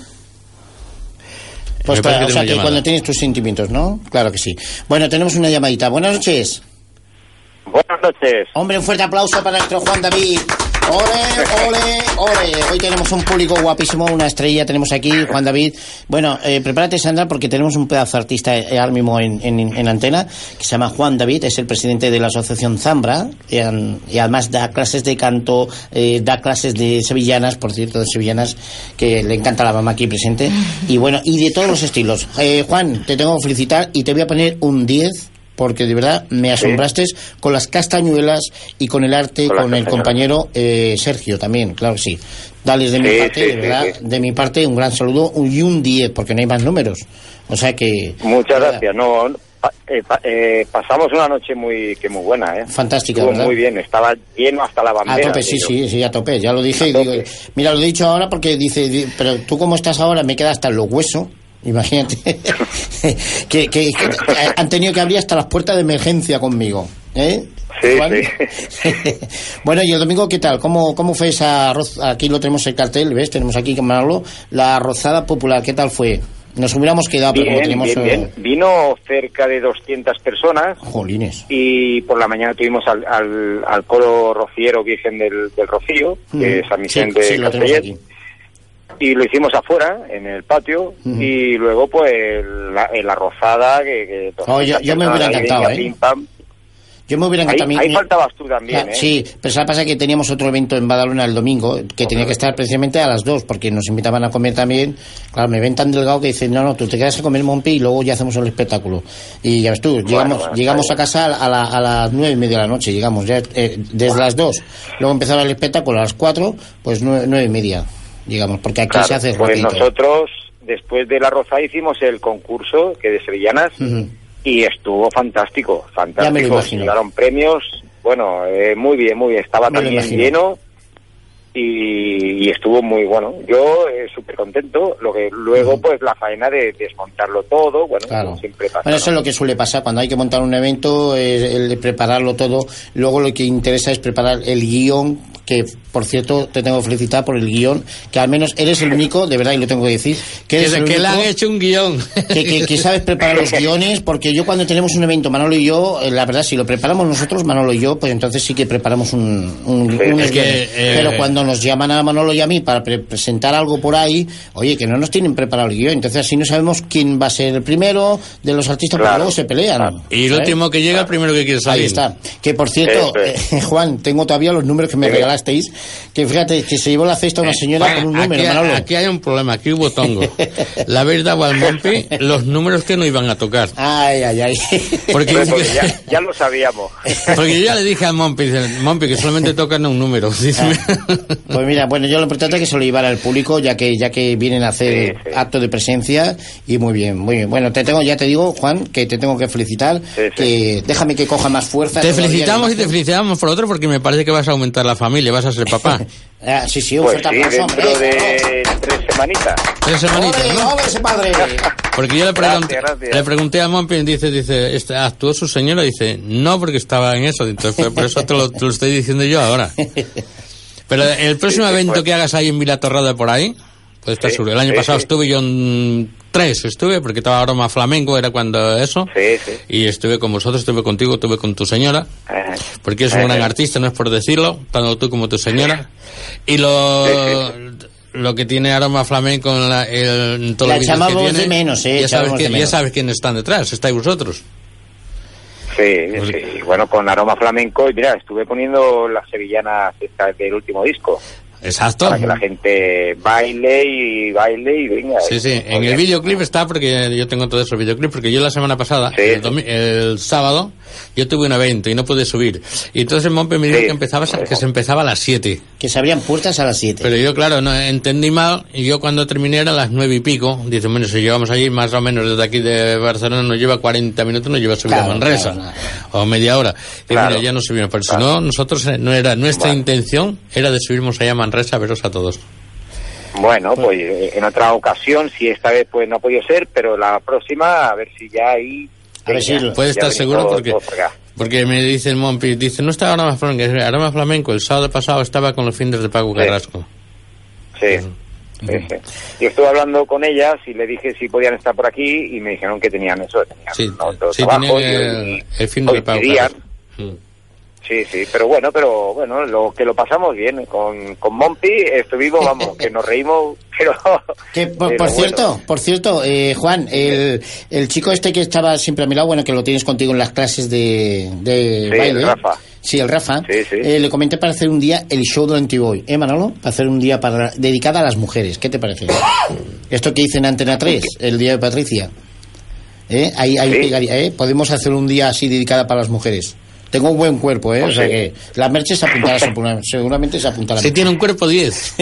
Pues para, o sea, que llamada. Cuando tienes tus sentimientos, ¿no? Claro que sí. Bueno, tenemos una llamadita. Buenas noches. Buenas noches. Hombre, un fuerte aplauso para nuestro Juan David. ¡Ole, ole, ole! Hoy tenemos un público guapísimo, una estrella tenemos aquí, Juan David. Bueno, eh, prepárate, Sandra, porque tenemos un pedazo de artista eh, ahora mismo en, en, en antena, que se llama Juan David, es el presidente de la asociación Zambra, y, y además da clases de canto, eh, da clases de sevillanas, por cierto, de sevillanas, que le encanta la mamá aquí presente, y bueno, y de todos los estilos. Eh, Juan, te tengo que felicitar y te voy a poner un diez, porque de verdad me asombraste sí. con las castañuelas y con el arte, con, con el compañero eh, Sergio también, claro que sí. Dales de sí, mi parte, sí, de verdad, sí, sí. de mi parte un gran saludo y un diez, porque no hay más números. O sea que... Muchas gracias. No, eh, eh, pasamos una noche muy que muy buena, ¿eh? Fantástica, Estuvo ¿verdad? muy bien, estaba lleno hasta la bandera. A tope, sí, sí, sí, a tope, ya lo dije. Y digo, mira, lo he dicho ahora porque dice, pero tú como estás ahora me queda hasta los huesos. Imagínate que, que, que han tenido que abrir hasta las puertas de emergencia conmigo, ¿eh? Sí, sí. Bueno, y el domingo, ¿qué tal? ¿Cómo, cómo fue esa arroz? Aquí lo tenemos el cartel, ¿ves? Tenemos aquí que mandarlo. La arrozada popular, ¿qué tal fue? Nos hubiéramos quedado, bien, pero como tenemos... Bien, bien. Vino cerca de doscientas personas. Jolines. Y por la mañana tuvimos al, al, al coro rociero Virgen del, del Rocío, mm. que es San Vicente sí, sí, de Castellet. Y lo hicimos afuera, en el patio, uh-huh. y luego pues la, la arrozada que... que oh, yo, yo me hubiera encantado, ¿eh? Pim, pam. Yo Yo me hubiera Ahí, también... ahí faltabas tú también, Claro, ¿eh? sí, pero ¿sabes pasa? Que teníamos otro evento en Badalona el domingo, que tenía que estar precisamente a las dos, porque nos invitaban a comer también. Claro, me ven tan delgado que dicen, no, no, tú te quedas a comer Mompi y luego ya hacemos el espectáculo. Y ya ves tú, llegamos bueno, llegamos a casa a, la, a las nueve y media de la noche, llegamos ya eh, desde las dos. Luego empezaba el espectáculo a las cuatro, pues nueve, nueve y media, llegamos, porque aquí Claro, se hace pues rapidito. nosotros, después de la Roza, hicimos el concurso que de sevillanas Ujú. y estuvo fantástico, Ya me lo fantástico. imagino. Llegaron premios, bueno, eh, muy bien, muy bien. Estaba Me lo también imagino. lleno y, y estuvo muy bueno. Yo eh, súper contento. Lo que luego, pues la faena de desmontarlo todo, bueno, Claro. como siempre pasa. Bueno, eso es ¿no? lo que suele pasar cuando hay que montar un evento, es el de prepararlo todo. Luego lo que interesa es preparar el guión, que por cierto te tengo que felicitar por el guión, que al menos eres el único, de verdad, y lo tengo que decir, que eres Que, el que le único han hecho un guión. que, que, que sabes preparar los guiones, porque yo cuando tenemos un evento, Manolo y yo, eh, la verdad, si lo preparamos nosotros, Manolo y yo, pues entonces sí que preparamos un, un, Sí, unos es que, guiones. eh, Pero cuando nos llaman a Manolo y a mí para pre- presentar algo por ahí, oye, que no nos tienen preparado el guión, entonces así no sabemos quién va a ser el primero de los artistas, porque Claro. luego se pelean. Y el ¿sabes? último que llega, el primero que quiere salir. Ahí está. Que por cierto, Eso eh, Juan, tengo todavía los números que me Sí. regalasteis, que fíjate que se llevó la cesta una señora Juan, con un número, aquí, Manolo. aquí hay un problema, aquí hubo tongo. Le habéis dado al Mompi los números que no iban a tocar. Ay, ay, ay. Porque, Pues, pues, ya, ya lo sabíamos. porque yo ya le dije al Mompi, dice, Mompi, que solamente tocan un número. Dice, Pues mira, bueno, yo lo importante es que se lo llevara al público, ya que ya que vienen a hacer Sí, sí. acto de presencia, y muy bien, muy bien. Bueno, te tengo, ya te digo, Juan, que te tengo que felicitar, Sí, sí. que déjame que coja más fuerza. te todavía felicitamos de y te felicitamos por otro porque me parece que vas a aumentar la familia, vas a ser papá. Ah, sí, sí, un Pues fuerte sí, aplauso, dentro hombre, de tres semanitas. Tres semanitas, ¡Ole, ¿no? ole ese padre! Porque yo le pregunté, Gracias, gracias. le pregunté a Mompi y dice, dice, este, ¿actuó su señora? Dice, no, porque estaba en eso. Entonces, pues, por eso te lo, te lo estoy diciendo yo ahora. Pero el próximo Sí, sí, evento pues. que hagas ahí en Vila Torrada por ahí, pues está Sí, seguro. El año sí, pasado sí. estuve yo en tres, estuve, porque estaba Aroma Flamenco, era cuando eso. Sí, sí. Y estuve con vosotros, estuve contigo, estuve con tu señora. Eh, Porque es un eh, gran eh. artista, no es por decirlo, tanto tú como tu señora. Y lo, Sí, lo que tiene Aroma Flamenco en, la, el- en todos La los vídeos que echábamos tiene, de menos, eh, ya, sabes echábamos que, de ya menos. sabes quiénes están detrás, estáis vosotros. Sí, sí. Bueno, con Aroma Flamenco, y mira, estuve poniendo las sevillanas estas del último disco. Exacto. Para que la gente baile y baile y venga. Sí, sí, en el videoclip está, porque yo tengo todos esos videoclips, porque yo la semana pasada, Sí. el, domi- el sábado, yo tuve un evento y no pude subir. Y entonces Mompe me dijo Sí. que empezaba, que se empezaba a las siete. Que se abrían puertas a las siete. Pero yo, claro, no entendí mal, y yo cuando terminé era a las nueve y pico. Dice, bueno, si llevamos allí más o menos desde aquí de Barcelona, nos lleva cuarenta minutos, nos lleva a subir Claro, a Manresa. claro, O media hora. Y Claro. mira, ya no subimos. Pero Claro. si no, nosotros, eh, no era, nuestra Bueno. intención era de subirnos allá a Manresa a veros a todos. Bueno, pues eh, en otra ocasión, si esta vez pues no ha podido ser, pero la próxima, a ver si ya ahí... A ver si lo- Puede ya estar viene seguro todo- porque, todo para acá. porque me dice el Mompi, dice, no está Aroma Flamenco, Aroma Flamenco, el sábado pasado estaba con los fines de Paco Sí. Carrasco. Sí, sí, sí. Yo estuve hablando con ellas y le dije si podían estar por aquí y me dijeron que tenían eso, tenían Sí, otro sí, trabajo tenían y- el, y el fin de Paco coincidían. Carrasco. Mm. Sí, sí, pero bueno, pero bueno, lo que lo pasamos bien con, con Mompi, estuvimos, vamos, que nos reímos, pero... Que, por, pero por bueno. cierto, por cierto, eh, Juan, el, el chico este que estaba siempre a mi lado, bueno, que lo tienes contigo en las clases de, de Sí, baile. el Rafa. Sí, el Rafa. Sí, sí. Eh, le comenté para hacer un día el show del Antiboy, ¿eh, Manolo? Para hacer un día para, dedicado a las mujeres. ¿Qué te parece? Esto que hice en Antena tres, el día de Patricia. ¿Eh? Ahí, ahí Sí. pegaría, ¿eh? Podemos hacer un día así dedicada para las mujeres. Tengo un buen cuerpo, ¿eh? Pues o sea sí. que la Merche se apuntará, seguramente- seguramente se apuntará. Si tiene un cuerpo diez.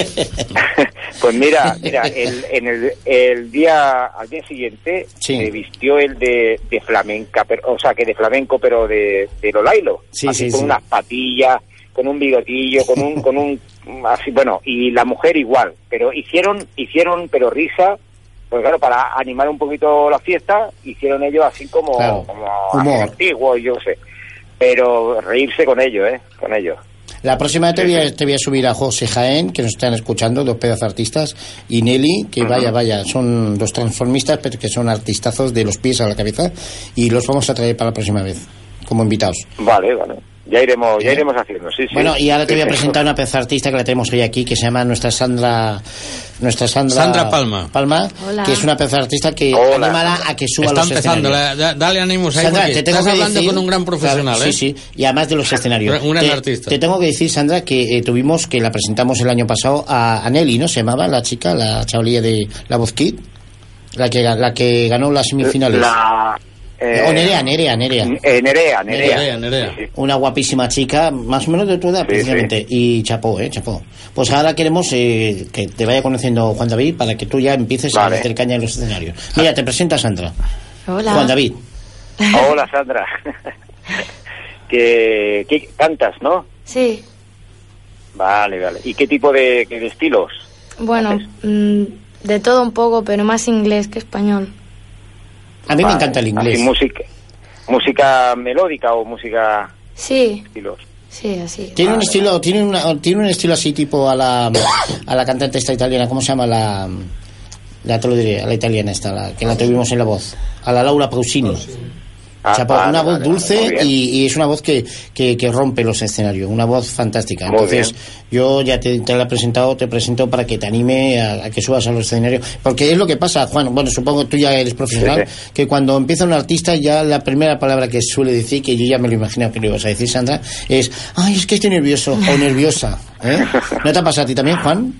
Pues mira, mira, el, en el, el día, al día siguiente, Sí. se vistió el de, de flamenca, pero, o sea, que de flamenco, pero de, de Lolailo. Sí, así sí, con sí. unas patillas, con un bigotillo, con un, con un, así, bueno, y la mujer igual, pero hicieron, hicieron, pero risa, pues claro, para animar un poquito la fiesta, hicieron ellos así como, Claro, como humor. antiguos, yo sé, pero reírse con ellos, eh, con ellos. La próxima vez te voy, a, te voy a subir a José Jaén, que nos están escuchando, dos pedazos artistas, y Nelly, que vaya, vaya, son dos transformistas, pero que son artistazos de los pies a la cabeza, y los vamos a traer para la próxima vez, como invitados. Vale, vale. Ya iremos, ya iremos haciendo, sí, sí. Bueno, y ahora te Sí, voy a sí. presentar una pez artista que la tenemos hoy aquí, que se llama nuestra Sandra, nuestra Sandra, Sandra Palma. Palma, Hola. que es una pez artista que Hola. animará a que suba a Está los empezando, escenarios. la- da- dale ánimos ahí, Sandra, porque te tengo estás que hablando decir- con un gran profesional, claro, ¿eh? Sí, sí, y además de los escenarios. Un gran te, artista. Te tengo que decir, Sandra, que eh, tuvimos, que la presentamos el año pasado a, a Nelly, ¿no? Se llamaba la chica, la chavalilla de La Voz Kid, la que, la que ganó las semifinales. La... eh, O Nerea, Nerea, Nerea. eh, Nerea, Nerea. Nerea, Nerea. Sí, sí. Una guapísima chica, más o menos de tu edad, Sí, precisamente. Y chapó, ¿eh? Chapó. Pues ahora queremos eh, que te vaya conociendo Juan David para que tú ya empieces Vale. a meter caña en los escenarios. Mira, te presenta Sandra. Hola. Juan David. Hola, Sandra. que, que cantas, ¿no? Sí, Vale, vale. ¿Y qué tipo de, de estilos? bueno, mm, de todo un poco, pero más inglés que español. A mí me Vale. encanta el inglés. Así, música, música melódica o música Sí, estilos. sí, así. Tiene un Vale, estilo, tiene una, tiene un estilo así tipo a la a la cantante esta italiana, ¿cómo se llama la la te lo diré, a la italiana esta, la que la tuvimos en La Voz, a la Laura Pausini. Ah, Chapó, vale, una voz vale, dulce vale, muy bien. y, y es una voz que, que, que rompe los escenarios, una voz fantástica. Muy Entonces, bien. yo ya te, te la he presentado, te presento para que te anime a, a que subas a los escenarios. Porque es lo que pasa, Juan, bueno, supongo que tú ya eres profesional, Sí, que cuando empieza un artista, ya la primera palabra que suele decir, que yo ya me lo imagino que lo ibas a decir, Sandra, es, ay, es que estoy nervioso o nerviosa. ¿eh? ¿No te ha pasado a ti también, Juan?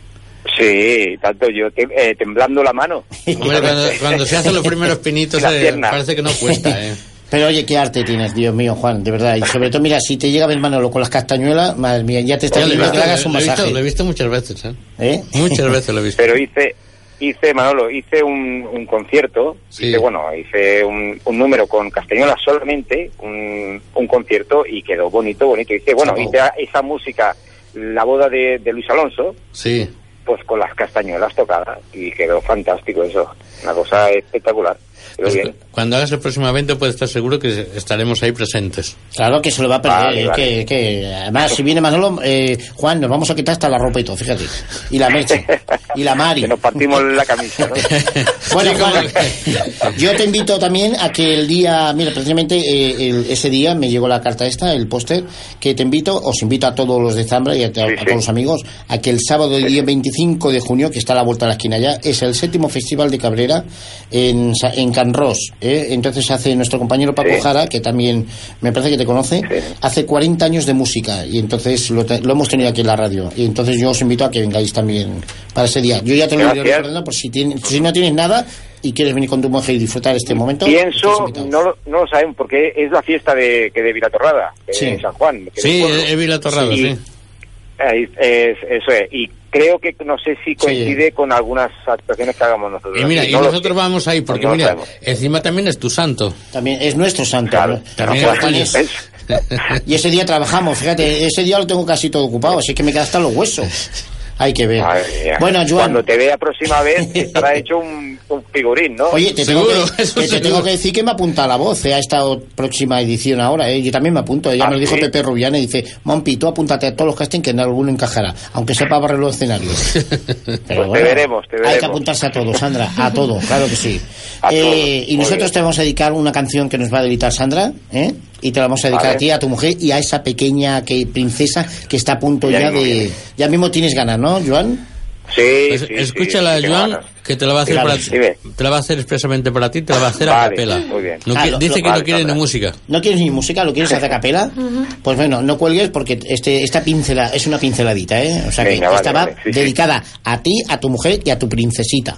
Sí, tanto yo te- eh, temblando la mano. Hombre, cuando, cuando se hacen los primeros pinitos, Y las eh, piernas. parece que no cuesta, ¿eh? Pero oye, qué arte tienes, Dios mío, Juan, de verdad. Y sobre todo, mira, si te llega a ver Manolo con las castañuelas, madre mía, ya te está Ya lo he pidiendo que visto, le hagas un lo he visto- masaje. lo he visto muchas veces, ¿eh? ¿Eh? Muchas veces lo he visto. Pero hice, hice Manolo, hice un, un concierto, Sí. hice, bueno, hice un, un número con castañuelas solamente, un, un concierto y quedó bonito, bonito. Hice, bueno, Chapo. hice esa música, la boda de, de Luis Alonso, Sí. pues con las castañuelas tocadas y quedó fantástico eso, una cosa espectacular. Quedó Pues bien. cuando hagas el próximo evento puedes estar seguro que estaremos ahí presentes. Claro que se lo va a perder. Vale, eh, vale. Que, que, además, si viene Manolo, eh, Juan, nos vamos a quitar hasta la ropa y todo, fíjate. Y la Merche. Y la Mari. Que nos partimos la camisa, ¿no? Bueno, Sí, como Juan, que- yo te invito también a que el día, mira, precisamente eh, el- ese día me llegó la carta esta, el póster, que te invito, os invito a todos los de Zambra y a, a- Sí, a sí. todos los amigos, a que el sábado, el día veinticinco de junio, que está a la vuelta de la esquina ya, es el séptimo Festival de Cabrera en, Sa- en Can Ros, ¿eh? Entonces hace nuestro compañero Paco Sí. Jara, que también me parece que te conoce, Sí. hace cuarenta años de música y entonces lo, te- lo hemos tenido aquí en la radio y entonces yo os invito a que vengáis también para ese día. Yo ya te lo iré Gracias. recordando por si, tienes, si no tienes nada y quieres venir con tu mujer y disfrutar este momento. estás Pienso, invitado. no, lo- no lo saben porque es la fiesta de, que de Vilatorrada, de Sí. San Juan. que Sí, del pueblo. he visto torrado, Sí. sí. Ahí, es- eso es. Y creo que no sé si coincide con algunas actuaciones que hagamos nosotros. Y mira, aquí. y No lo nosotros sé. vamos ahí, porque No lo mira, sabemos. encima también es tu santo. También es nuestro santo. Claro, ¿no? también Juan, es Juan tuyo. es- ¿Ves? Y ese día trabajamos, fíjate, ese día lo tengo casi todo ocupado, así que me quedan hasta los huesos. Hay que ver. Madre mía. Bueno, Joan. Cuando te vea próxima vez estará hecho un, un figurín, ¿no? Oye, te, tengo Seguro, que, eso que te seguro. tengo que decir que me apunta la voz eh, a esta o- próxima edición ahora. Eh. Yo también me apunto. Ya ¿Ah, me lo dijo sí? Pepe Rubiana y dice, Mompi, tú apúntate a todos los castings que en alguno encajará, aunque sepa barrer los escenarios. Pero Pues te veremos, te Hay que veremos. apuntarse a todo, Sandra, a todo, claro que sí. A Eh, todo, y muy nosotros bien. te vamos a dedicar una canción que nos va a dedicar Sandra, ¿eh? Y te la vamos a dedicar Vale. a ti, a tu mujer y a esa pequeña que, princesa que está a punto Ya ya mismo de... viene. Ya mismo tienes ganas, ¿no, Joan? Sí, Pues sí, escúchala, sí, sí, tengo Joan, ganas. que te la va a hacer Claro, para sí. Dime. te la va a hacer expresamente para ti, te la va a hacer a Vale, capela. muy bien. No Ah, qui- lo- dice lo- que vale, no quiere ni Sandra. música. ¿No quieres ni música? ¿Lo quieres hacer a capela? Pues bueno, no cuelgues porque este, esta pincela es una pinceladita, ¿eh? O sea Venga, que vale, esta va vale, sí, sí. dedicada a ti, a tu mujer y a tu princesita.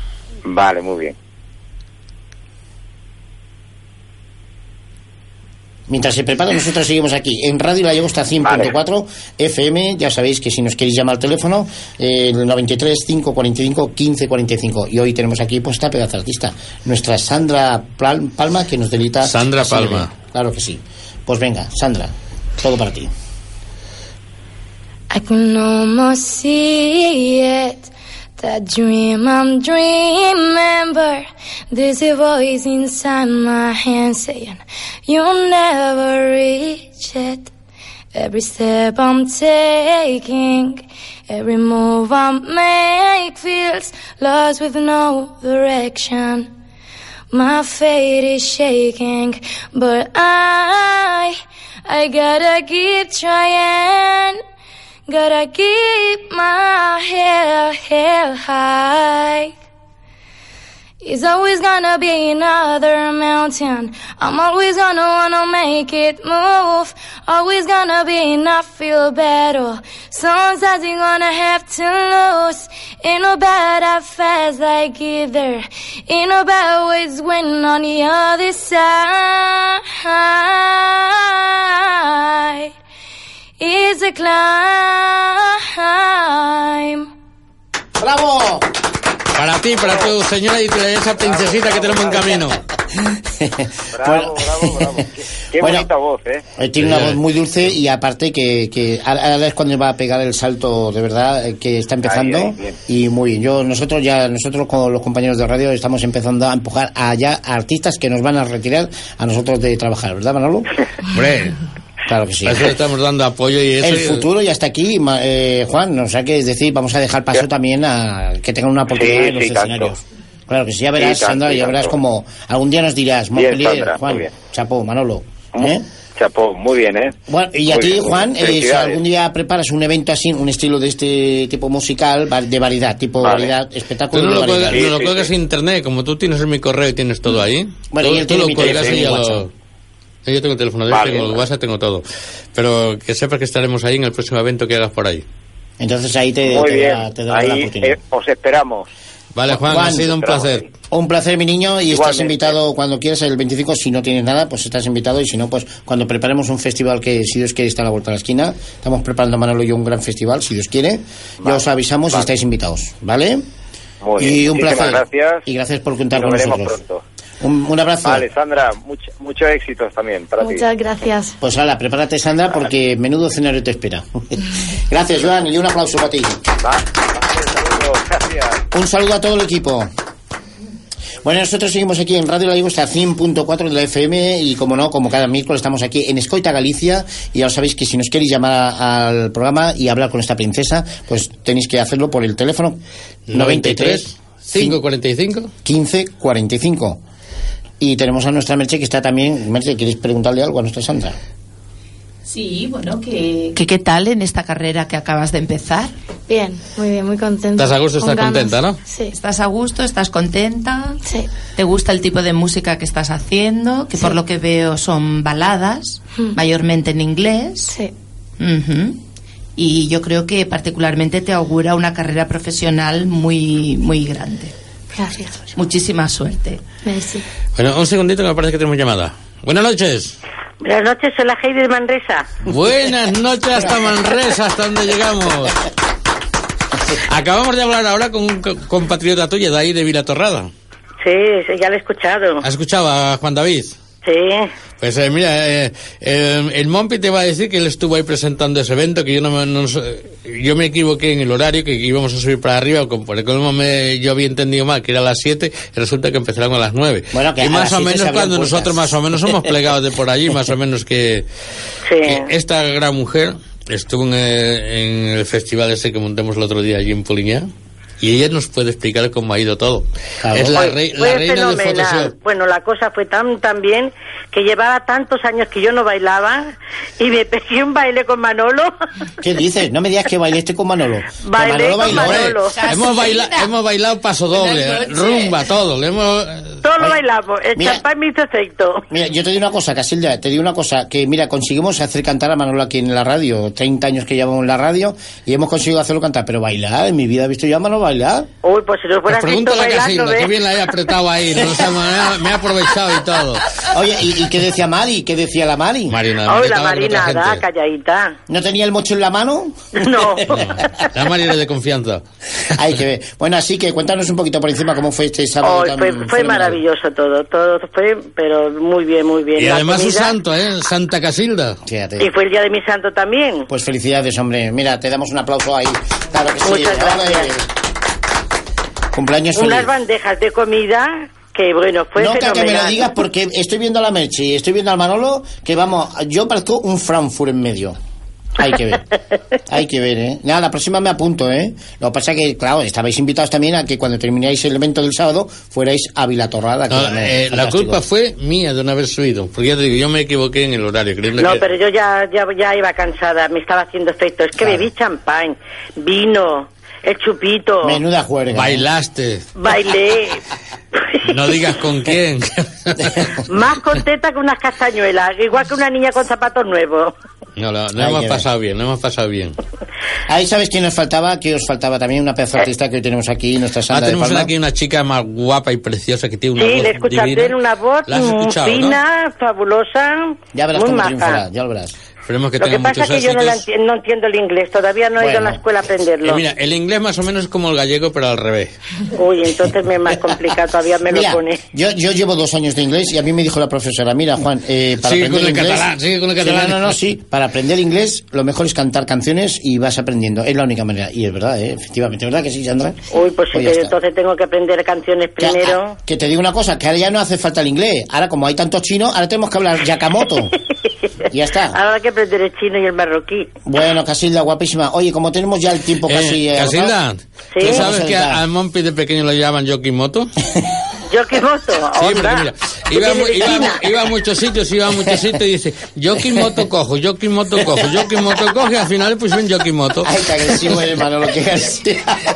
Vale, muy bien. Mientras se prepara, nosotros seguimos aquí en Radio La Llagosta cien punto cuatro F M. Ya sabéis que si nos queréis llamar al teléfono, eh, el noventa y tres, cinco cuarenta y cinco, quince cuarenta y cinco. Y hoy tenemos aquí pues esta pedazo de artista, nuestra Sandra Pal- Palma, que nos delita. Sandra así de Palma. bien. Claro que sí. Pues venga, Sandra, todo para ti. I can almost see it. That dream I'm dreaming, but there's a voice inside my head saying you'll never reach it. Every step I'm taking, every move I make feels lost with no direction. My fate is shaking, but I, I gotta keep trying. Gotta keep my head, head high. It's always gonna be another mountain. I'm always gonna wanna make it move. Always gonna be not feel better. Sometimes you're gonna have to lose. Ain't no bad at fast like either. Ain't no bad ways when on the other side. It's a climb. ¡Bravo! Para ti, para tu señora y esa princesita que tenemos en camino. Bravo, bravo, bravo. Qué, qué Bueno, bonita voz, ¿eh? Eh, Tiene una voz muy dulce y aparte que, que ahora es cuando va a pegar el salto de verdad, eh, que está empezando. Ahí, ahí, bien. Y muy bien. Yo, nosotros ya, nosotros con los compañeros de radio estamos empezando a empujar a ya a artistas que nos van a retirar a nosotros de trabajar, ¿verdad, Manolo? Hombre, Claro que sí. a eso le estamos dando apoyo y eso. El futuro ya está aquí, ma- eh, Juan, o sea que es decir, vamos a dejar paso también a que tengan una oportunidad Sí, en los sí, tanto. escenarios. Claro que sí, ya verás, Sí, tanto, Sandra, sí, ya verás tanto. como algún día nos dirás, Bien, Montpellier, Sandra, Juan, muy bien. chapó, Manolo. ¿eh? Chapó, muy bien, ¿eh? Bueno, y a Muy ti, bien. Juan, eh, si Felicidades. algún día preparas un evento así, un estilo de este tipo musical, va- de variedad, tipo Vale. variedad, Tú espectáculo no de lo variedad. cuelgas, no lo sí, cuelgas sí. en internet, como tú tienes en mi correo y tienes todo ahí. Bueno, tú, y él tú tiene lo mi cuelgas teléfono y y ya WhatsApp. lo... Yo tengo el teléfono de él, Vale, tengo el vale. WhatsApp, tengo todo. Pero que sepas que estaremos ahí en el próximo evento que hagas por ahí. Entonces ahí te, Muy te bien, da, te da la ahí oportunidad. eh, os esperamos. Vale, Juan, Juan, ha sido un esperamos placer. ahí. Un placer, mi niño, y estás Igualmente. invitado cuando quieras el veinticinco. Si no tienes nada, pues estás invitado. Y si no, pues cuando preparemos un festival que, si Dios quiere, está a la vuelta de la esquina. Estamos preparando, Manolo y yo, un gran festival, si Dios quiere. Ya Vale, os avisamos y vale. estáis invitados, ¿vale? Muy y bien. un Muchísimas placer. gracias. Y gracias por contar Nos con veremos nosotros. pronto. Un, un abrazo. Vale, Sandra, mucho, muchos éxitos también para ti. Muchas gracias. Pues hala, prepárate, Sandra, porque menudo escenario te espera. Gracias, Joan, y un aplauso para ti. Va, vale, saludos, gracias. Un saludo a todo el equipo. Bueno, nosotros seguimos aquí en Radio La Llagosta cien punto cuatro de la F M y como no, como cada miércoles estamos aquí en Escoita, Galicia, y ya os sabéis que si nos queréis llamar a- al programa y hablar con esta princesa, pues tenéis que hacerlo por el teléfono noventa y tres, cinco cuarenta y cinco. quince cuarenta y cinco. Y tenemos a nuestra Merche que está también. Merche, ¿quieres preguntarle algo a nuestra Sandra? Sí, bueno, que, que ¿qué tal en esta carrera que acabas de empezar? Bien, muy bien, muy contenta. Estás a gusto, Con estás ganas. contenta, ¿no? Sí. ¿Estás a gusto? ¿Estás contenta? Sí. ¿Te gusta el tipo de música que estás haciendo? Que Sí. por lo que veo son baladas, Mm. mayormente en inglés. Sí. Ujú. Y yo creo que particularmente te augura una carrera profesional muy, muy grande. Gracias. Muchísima suerte. Merci. Bueno, un segundito que me parece que tenemos llamada. Buenas noches. Buenas noches, soy la Heidi de Manresa. Buenas noches hasta Manresa, hasta donde llegamos. Acabamos de hablar ahora con un co- compatriota tuyo de ahí, de Vilatorrada. Sí, sí, ya lo he escuchado. ¿Has escuchado a Juan David? Sí. Pues eh, mira, eh, eh, el Mompi te va a decir que él estuvo ahí presentando ese evento, que yo no, me- no sé- yo me equivoqué en el horario, que íbamos a subir para arriba, como por el colmo me, yo había entendido mal que era a las siete, y resulta que empezaron a las nueve. Bueno, que y a más las o siete menos se abrían cuando puertas. nosotros más o menos somos plegados de por allí, más o menos que, Sí. que esta gran mujer estuvo en, eh, en el festival ese que montamos el otro día allí en Poliñá. Y ella nos puede explicar cómo ha ido todo. Claro. Es la, Fue- rei- fue la reina del fenomenal. Photoshop. Bueno, la cosa fue tan tan bien que llevaba tantos años que yo no bailaba y me pegué un baile con Manolo. ¿Qué dices? No me digas que bailaste con Manolo. Que Bailé Manolo con bailó. Manolo. Hombre, hemos, baila, hemos bailado paso doble, Buenas noches. rumba, todo. Le hemos, Todo lo Ay, bailamos. El mira. champán me hizo efecto. Mira, yo te digo una cosa, Casilda, te digo una cosa, que mira, conseguimos hacer cantar a Manolo aquí en la radio, treinta años que llevamos en la radio, y hemos conseguido hacerlo cantar, pero bailar, en mi vida he visto yo a Manolo bailar. Uy, pues si nos pues fueras visto pregúntale a bailando, Casilda, que ¿ves? bien la he apretado ahí, no sé, me, ha, me ha aprovechado y todo. Oye, ¿y, y qué decía Mari? ¿Qué decía la Mari? Marina, Ay, la estaba con otra Marina, gente. calladita. ¿No tenía el mocho en la mano? No. La Marina de confianza. Hay que ver. Bueno, así que cuéntanos un poquito por encima cómo fue este sábado Ay, tan fue, fue fenomenal. maravilloso todo, todo fue, pero muy bien, muy bien. Y La además su comida- santo, ¿eh? Santa Casilda. Fíjate. Y fue el día de mi santo también. Pues felicidades, hombre. Mira, te damos un aplauso ahí. Claro que sí. Muchas Ole. gracias. Cumpleaños feliz. Unas bandejas de comida que, bueno, fue No, que fenomenal. me lo digas porque estoy viendo a la Merche y estoy viendo al Manolo que vamos, yo parezco un Frankfurt en medio. Hay que ver, hay que ver, ¿eh? Nada, la próxima me apunto, ¿eh? Lo que pasa que, claro, estabais invitados también a que cuando termináis el evento del sábado fuerais a Vilatorrada. No, eh, la culpa fue mía de no haber subido, porque ya te digo, yo me equivoqué en el horario. No, que... pero yo ya, ya, ya iba cansada, me estaba haciendo efecto. Es que claro. Bebí champán, vino, el chupito. Menuda juerga. Bailaste. Bailé. No digas con quién. Más contenta que unas castañuelas, igual que una niña con zapatos nuevos. No, no, no hemos pasado bien, no hemos pasado bien. Ahí sabes quién nos faltaba, que os faltaba también una pedazo artista que hoy tenemos aquí, nuestra Sandra. Ah, tenemos de Palma. Aquí una chica más guapa y preciosa que tiene una sí, voz le escuchaste divina. en una voz fina, ¿no? Fabulosa. Ya verás muy cómo maja. triunfará, ya lo verás. Esperemos que lo que pasa es que yo no, la enti no entiendo el inglés, todavía no he bueno. ido a la escuela a aprenderlo. Eh, mira, el inglés más o menos es como el gallego, pero al revés. Uy, entonces me es más complicado, todavía me mira, lo pone. Yo, yo llevo dos años de inglés y a mí me dijo la profesora, mira, Juan, eh, para sigue aprender con el inglés... catalán, sigue con el catalán. Sí, no, no, no, sí, para aprender inglés lo mejor es cantar canciones y vas aprendiendo, es la única manera. Y es verdad, ¿eh? Efectivamente, ¿verdad que sí, Sandra? Uy, pues sí, pues entonces tengo que aprender canciones primero. Que, que te digo una cosa, que ahora ya no hace falta el inglés, ahora como hay tantos chinos, ahora tenemos que hablar Yakamoto. Ya está. Ahora hay que aprender el chino y el marroquí. Bueno, Casilda, guapísima. Oye, como tenemos ya el tiempo casi... Eh, Casilda, ¿sí? ¿tú sabes que a, a Mompi de pequeño lo llaman Yokimoto? Yokimoto, sí, porque mira, iba, mu iba, iba a muchos sitios, iba a muchos sitios y dice, Yokimoto cojo, Yokimoto cojo, Yokimoto cojo, y al final pues un Yokimoto. Ay, qué agresivo eres, Manolo, qué agresivo.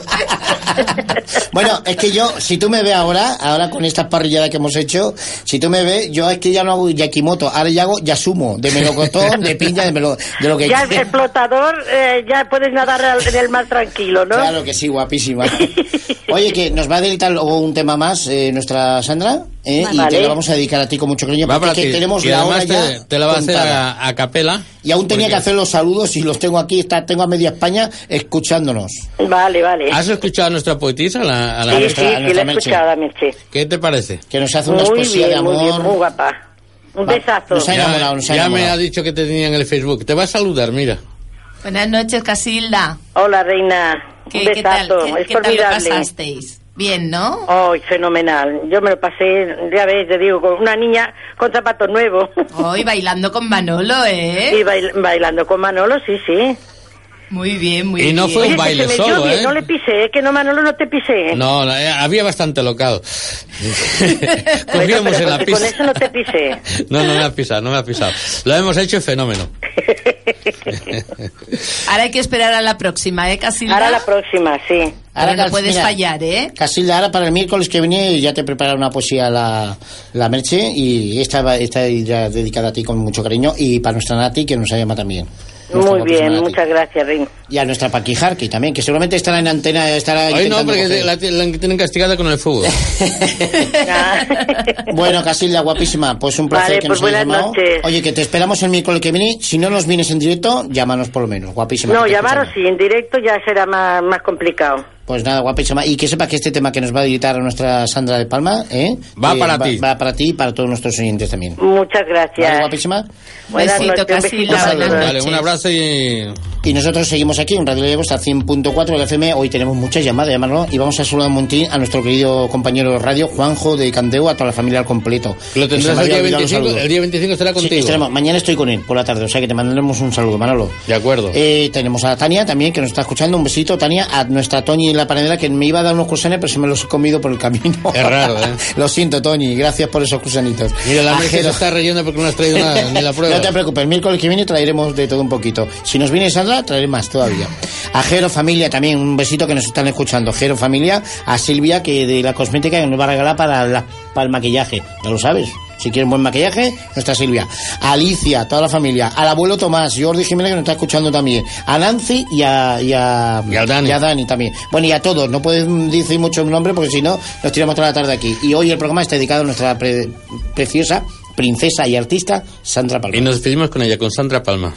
Bueno, es que yo, si tú me ves ahora, ahora con esta parrillada que hemos hecho, si tú me ves, yo es que ya no hago Yakimoto, ahora ya hago Yasumo, de melocotón, de piña, de, melo, de lo que ya el explotador, eh, ya puedes nadar en el mar tranquilo, ¿no? Claro que sí, guapísima. Oye, que nos va a dedicar luego un tema más, eh, nuestra Sandra, eh, vale. y te lo vamos a dedicar a ti con mucho cariño, va porque que tenemos y la además hora te, ya te la va a hacer contada. a, a capela. Y aún tenía porque... que hacer los saludos y los tengo aquí, está, tengo a media España escuchándonos. Vale, vale. ¿Has escuchado a nuestra poetisa? La, a la sí, nuestra, sí, a sí, la he escuchado a Merche. ¿Qué te parece? Que nos hace una muy poesía bien, de amor. Muy bien, muy guapa. Un Va, besazo. Nos ha enamorado, nos ha ya enamorado. me ha dicho que te tenía en el Facebook. Te va a saludar, mira. Buenas noches, Casilda. Hola, reina. ¿Qué, un besazo. ¿qué tal, qué, es ¿qué tal lo formidable. pasasteis? Bien, ¿no? Oh, fenomenal. Yo me lo pasé, ya ves, te digo, con una niña con zapatos nuevos. Hoy bailando con Manolo, ¿eh? Sí, bail bailando con Manolo, sí, sí. Muy bien, muy y bien. no fue un Oye, baile que se me solo, dio bien, ¿eh? No le pisé, que no, Manolo, no te pisé. No, no, eh, había bastante locado. Bueno, Cogíamos en la con, pista. con eso no te pisé. No, no me ha pisado, no me ha pisado. Lo hemos hecho fenómeno. Ahora hay que esperar a la próxima, ¿eh, Casilda? Ahora la próxima, sí. Ahora no Cas- puedes mira, fallar, ¿eh? Casilda, ahora para el miércoles que viene ya te prepara una poesía la, la Merche y esta va está ya dedicada a ti con mucho cariño y para nuestra Nati que nos llama también. Nuestra Muy bien, Nati. muchas gracias, Rin. Y a nuestra Paqui Jarqui también, que seguramente estará en antena, estará Hoy no, intentando porque coger. la, la tienen castigada con el fútbol. Bueno, Casilda, guapísima, pues un placer Vale, que pues nos hayas buenas llamado. noches. Oye, que te esperamos el miércoles que viene. Si no nos vienes en directo, llámanos por lo menos, guapísima. No, que te llamaros escuchamos. sí, en directo ya será más, más complicado. Pues nada, guapísima. Y que sepa que este tema que nos va a editar a nuestra Sandra de Palma, ¿eh? Va Eh, para ti. Va para ti y para todos nuestros oyentes también. Muchas gracias. ¿Vale, guapísima? Buenas Besito, noches, un Casilda, besito para buenas todos. Vale, un abrazo y... Y nosotros seguimos aquí en Radio Lagos a cien punto cuatro de la F M. Hoy tenemos muchas llamadas, llamarlo, y vamos a saludar un montín a nuestro querido compañero de radio, Juanjo de Candeo, a toda la familia al completo. Lo Que se tendrás me el había día olvidado un veinticinco, saludo. el día veinticinco estará Sí, contigo. estaremos. Mañana estoy con él por la tarde, o sea que te mandaremos un saludo, Manolo. De acuerdo. Eh, tenemos a Tania también, que nos está escuchando. Un besito, Tania, a nuestra Toñi en la panadera, que me iba a dar unos cruzanes, pero se me los he comido por el camino. Es raro, ¿eh? Lo siento, Toñi, gracias por esos cruzanitos. Mira, la mesa Ajero. se está rellena porque no has traído nada, ni la prueba. No te preocupes, el miércoles que viene traeremos de todo un poquito. Si nos viene Sandra, traeré más todavía. A Jero Familia también, un besito que nos están escuchando. Jero Familia, a Silvia, que de la cosmética que nos va a regalar para, la, para el maquillaje. Ya lo sabes. Si quieren buen maquillaje, nuestra Silvia. A Alicia, toda la familia. Al abuelo Tomás, Jordi Jiménez, que nos está escuchando también. A Nancy y a, y a, Y a Dani. y a Dani también. Bueno, y a todos. No pueden decir mucho nombre porque si no, nos tiramos toda la tarde aquí. Y hoy el programa está dedicado a nuestra pre- preciosa princesa y artista, Sandra Palma. Y nos despedimos con ella, con Sandra Palma.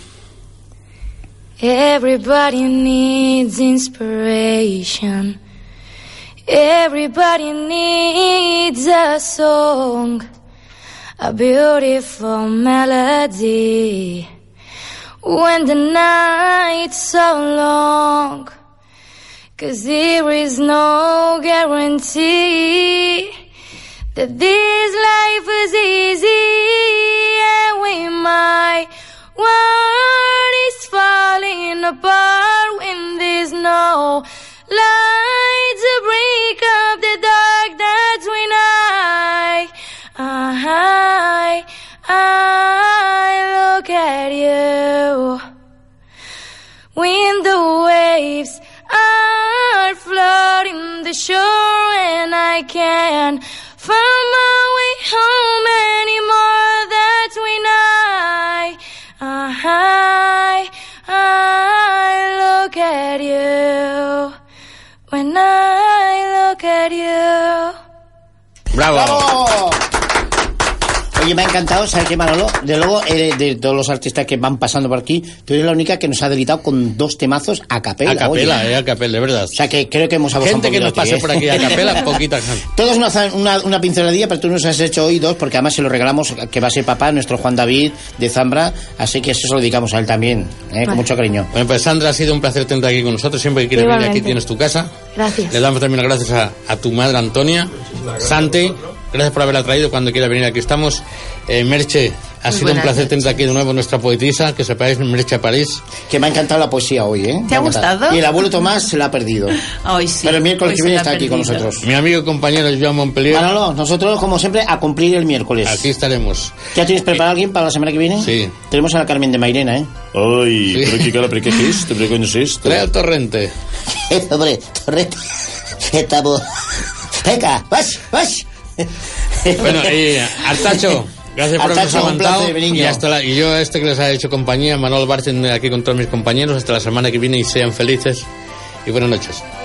Everybody needs inspiration. Everybody needs a song, a beautiful melody. When the night's so long, 'cause there is no guarantee that this life is easy, and we might. World is falling falling apart when there's no light to break up the dark. That's when I, I, I look at you. When the waves are flooding the shore and I can't find my way home anymore, that's when I, I, I look at you. When I look at you. ¡Bravo! ¡Bravo! Oye, me ha encantado, ¿sabes qué, Manolo? De luego, eh, de todos los artistas que van pasando por aquí, tú eres la única que nos ha deleitado con dos temazos a capela. A capela, oye. eh, a capela, de verdad. O sea, que creo que hemos abusado Gente un que nos poquito pase aquí, por ¿eh? aquí a capela, poquita gente. Todos una, una, una pinceladilla, pero tú nos has hecho hoy dos, porque además se lo regalamos, que va a ser papá, nuestro Juan David de Zambra, así que eso se lo dedicamos a él también, ¿eh? Con Vale. mucho cariño. Bueno, pues Sandra, ha sido un placer tenerte aquí con nosotros. Siempre que quieres venir Igualmente. aquí tienes tu casa. Gracias. Le damos también las gracias a, a tu madre Antonia. Santi, gracias por haberla traído. Cuando quiera venir aquí estamos. Eh, Merche, ha Muy sido un buenas placer noches. tenerte aquí de nuevo, nuestra poetisa, que sepáis, Merche a París. Que me ha encantado la poesía hoy, ¿eh? ¿Te ha Me encantado. gustado? Y el abuelo Tomás se la ha perdido. Hoy sí. Pero el miércoles hoy que se viene la está ha aquí con perdido. nosotros. Mi amigo y compañero Joan Montpellier. Manolo, nosotros, como siempre, a cumplir el miércoles. Aquí estaremos. ¿Ya tienes preparado alguien para la semana que viene? Sí. Tenemos a la Carmen de Mairena, ¿eh? Ai, Sí. però que cara, per què és? Per què no és esto? Trae al torrente. Hombre, Torrete. Estamos. Venga, vas, vas. Bueno, y Artacho, gracias por habernos Artacho, un aguantado. placer, niño. Y, hasta la, y yo, a este que les ha hecho compañía, Manuel Barton, aquí con todos mis compañeros. Hasta la semana que viene y sean felices. Y buenas noches.